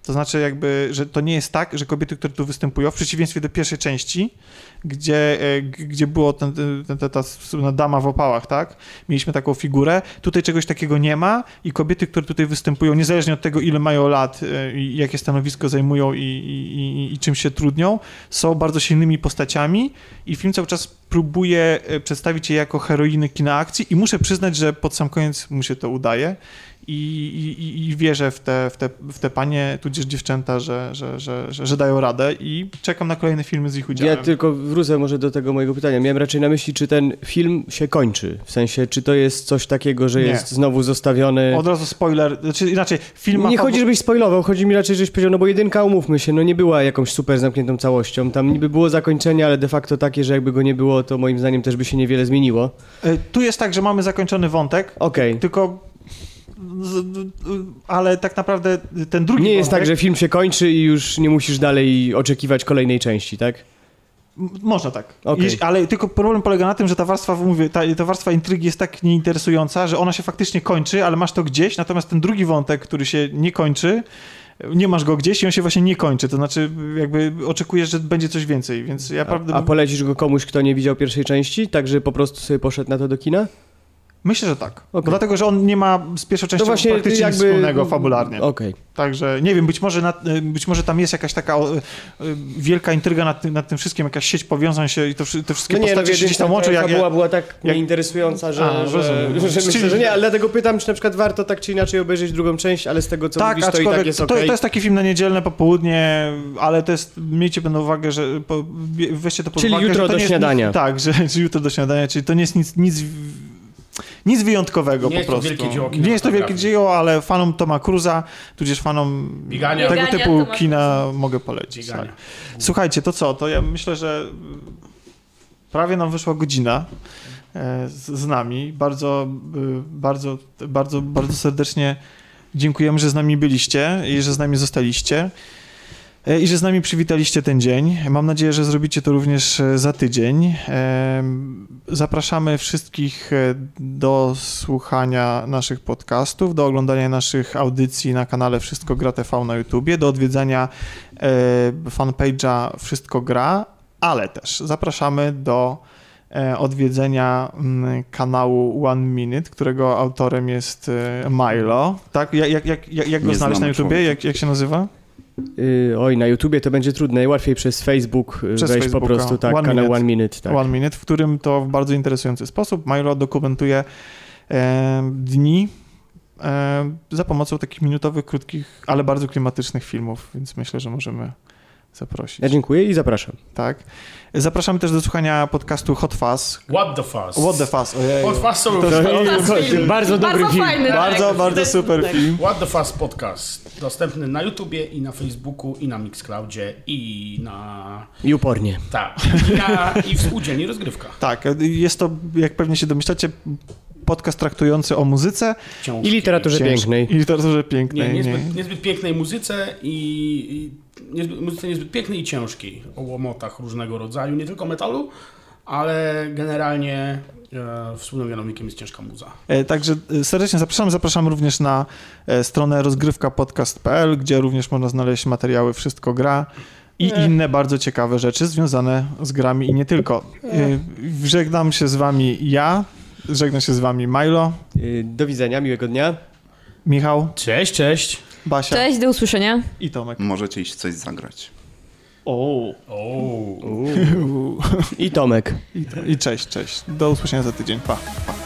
To znaczy jakby, że to nie jest tak, że kobiety, które tu występują, w przeciwieństwie do pierwszej części, gdzie, gdzie było ten, ten, ta, ta słynna dama w opałach, tak? Mieliśmy taką figurę. Tutaj czegoś takiego nie ma i kobiety, które tutaj występują, niezależnie od tego, ile mają lat i jakie stanowisko zajmują i, i, i, i czym się trudnią, są bardzo silnymi postaciami i film cały czas próbuje przedstawić je jako heroiny kina akcji i muszę przyznać, że pod sam koniec mu się to udaje. I, i, i wierzę w te, w, te, w te panie, tudzież dziewczęta, że, że, że, że, że dają radę i czekam na kolejne filmy z ich udziałem. Ja tylko wrócę może do tego mojego pytania. Miałem raczej na myśli, czy ten film się kończy. W sensie, czy to jest coś takiego, że Nie. jest znowu zostawiony... Od razu spoiler, znaczy inaczej, film ma... Nie chodzi, żebyś spoilował, chodzi mi raczej, żebyś powiedział, no bo jedynka, umówmy się, no nie była jakąś super zamkniętą całością. Tam niby było zakończenie, ale de facto takie, że jakby go nie było, to moim zdaniem też by się niewiele zmieniło. Tu jest tak, że mamy zakończony wątek, Okej. tylko... ale tak naprawdę ten drugi Nie wątek... jest tak, że film się kończy i już nie musisz dalej oczekiwać kolejnej części, tak? M- Można tak, Okej. Jeśli, ale tylko problem polega na tym, że ta warstwa, mówię, ta, ta warstwa intrygi jest tak nieinteresująca, że ona się faktycznie kończy, ale masz to gdzieś, natomiast ten drugi wątek, który się nie kończy, nie masz go gdzieś i on się właśnie nie kończy, to znaczy jakby oczekujesz, że będzie coś więcej, więc ja A, prawdę... a polecisz go komuś, kto nie widział pierwszej części? Tak, że po prostu sobie poszedł na to do kina? Myślę, że tak. Bo Okej. dlatego, że on nie ma z pierwszą częścią praktycznie nic wspólnego fabularnie. Okej. Także nie wiem, być może, na, być może tam jest jakaś taka o, y, wielka intryga nad, tym- nad tym wszystkim, jakaś sieć powiązań się i to, wszy- te wszystkie No nie, no postacie się gdzieś tam łączą. Jak, fabuła jak, była tak jak- nieinteresująca, że, A, że, rozumiem. że, że myślę, Czyli- że nie, ale dlatego pytam, czy na przykład warto tak czy inaczej obejrzeć drugą część, ale z tego co tak, mówisz, to i aczkolwiek tak jest to, okej. to jest taki film na niedzielne popołudnie, ale to jest, miejcie będą uwagę, że po, weźcie to pod Czyli uwagę, jutro że to do nie jest śniadania. Nic, tak, że, że jutro do śniadania, czyli to nie jest nic, nic, nic wyjątkowego Nie po jest to prostu. wielkie dzieło nie jest to wielkie kinematografii. dzieło, ale fanom Toma Cruza, tudzież fanom Biegania. tego Biegania typu Toma kina mogę polecić. Biegania. Tak. Słuchajcie, to co? To ja myślę, że prawie nam wyszła godzina e, z, z nami. Bardzo, y, bardzo, bardzo, bardzo serdecznie dziękujemy, że z nami byliście i że z nami zostaliście. E, I że z nami przywitaliście ten dzień. Mam nadzieję, że zrobicie to również e, za tydzień. E, Zapraszamy wszystkich e, do słuchania naszych podcastów, do oglądania naszych audycji na kanale Wszystko Gra T V na YouTubie, do odwiedzania e, fanpage'a Wszystko Gra, ale też zapraszamy do e, odwiedzenia mm, kanału One Minute, którego autorem jest e, Milo. Tak? Jak, jak, jak, jak jak go Nie znaleźć na znamy YouTubie? człowieka. Jak, jak się nazywa? Yy, oj, na YouTubie to będzie trudne, najłatwiej przez Facebook yy, Przez wejść Facebooka. po prostu, tak, One kanał Minute. One Minute, tak. One Minute, w którym to w bardzo interesujący sposób Milo dokumentuje e, dni e, za pomocą takich minutowych, krótkich, ale bardzo klimatycznych filmów, więc myślę, że możemy zaprosić. Ja dziękuję i zapraszam. Tak. Zapraszamy też do słuchania podcastu Hot Fuzz. What the fuss? What the Fuzz. Ojej. Hot Fuss to To już- jest film. Bardzo dobry film. Fajny, bardzo, tak. bardzo super film. What the Fuss podcast. Dostępny na YouTubie i na Facebooku i na Mixcloudzie i na... I upornie. Tak. I, na, i w spółdzielni rozgrywka. Tak, jest to, jak pewnie się domyślacie, podcast traktujący o muzyce Książki. I literaturze cięż- pięknej. i literaturze pięknej. Nie, nie. niezbyt, niezbyt pięknej muzyce i, i niezbyt, muzyce niezbyt pięknej i ciężkiej. O łomotach różnego rodzaju, nie tylko metalu, ale generalnie e, wspólnym mianownikiem jest ciężka muza. E, Także e, serdecznie zapraszamy. Zapraszamy również na e, stronę rozgrywka podcast kropka p l, gdzie również można znaleźć materiały Wszystko Gra i inne bardzo ciekawe rzeczy związane z grami i nie tylko. E, Żegnam się z wami ja, żegnam się z wami Milo, Yy, do widzenia, miłego dnia. Michał, Cześć, cześć. Basia Cześć, do usłyszenia. i Tomek. Możecie iść coś zagrać. O. O. I Tomek. I, I cześć, cześć. Do usłyszenia za tydzień. Pa. Pa.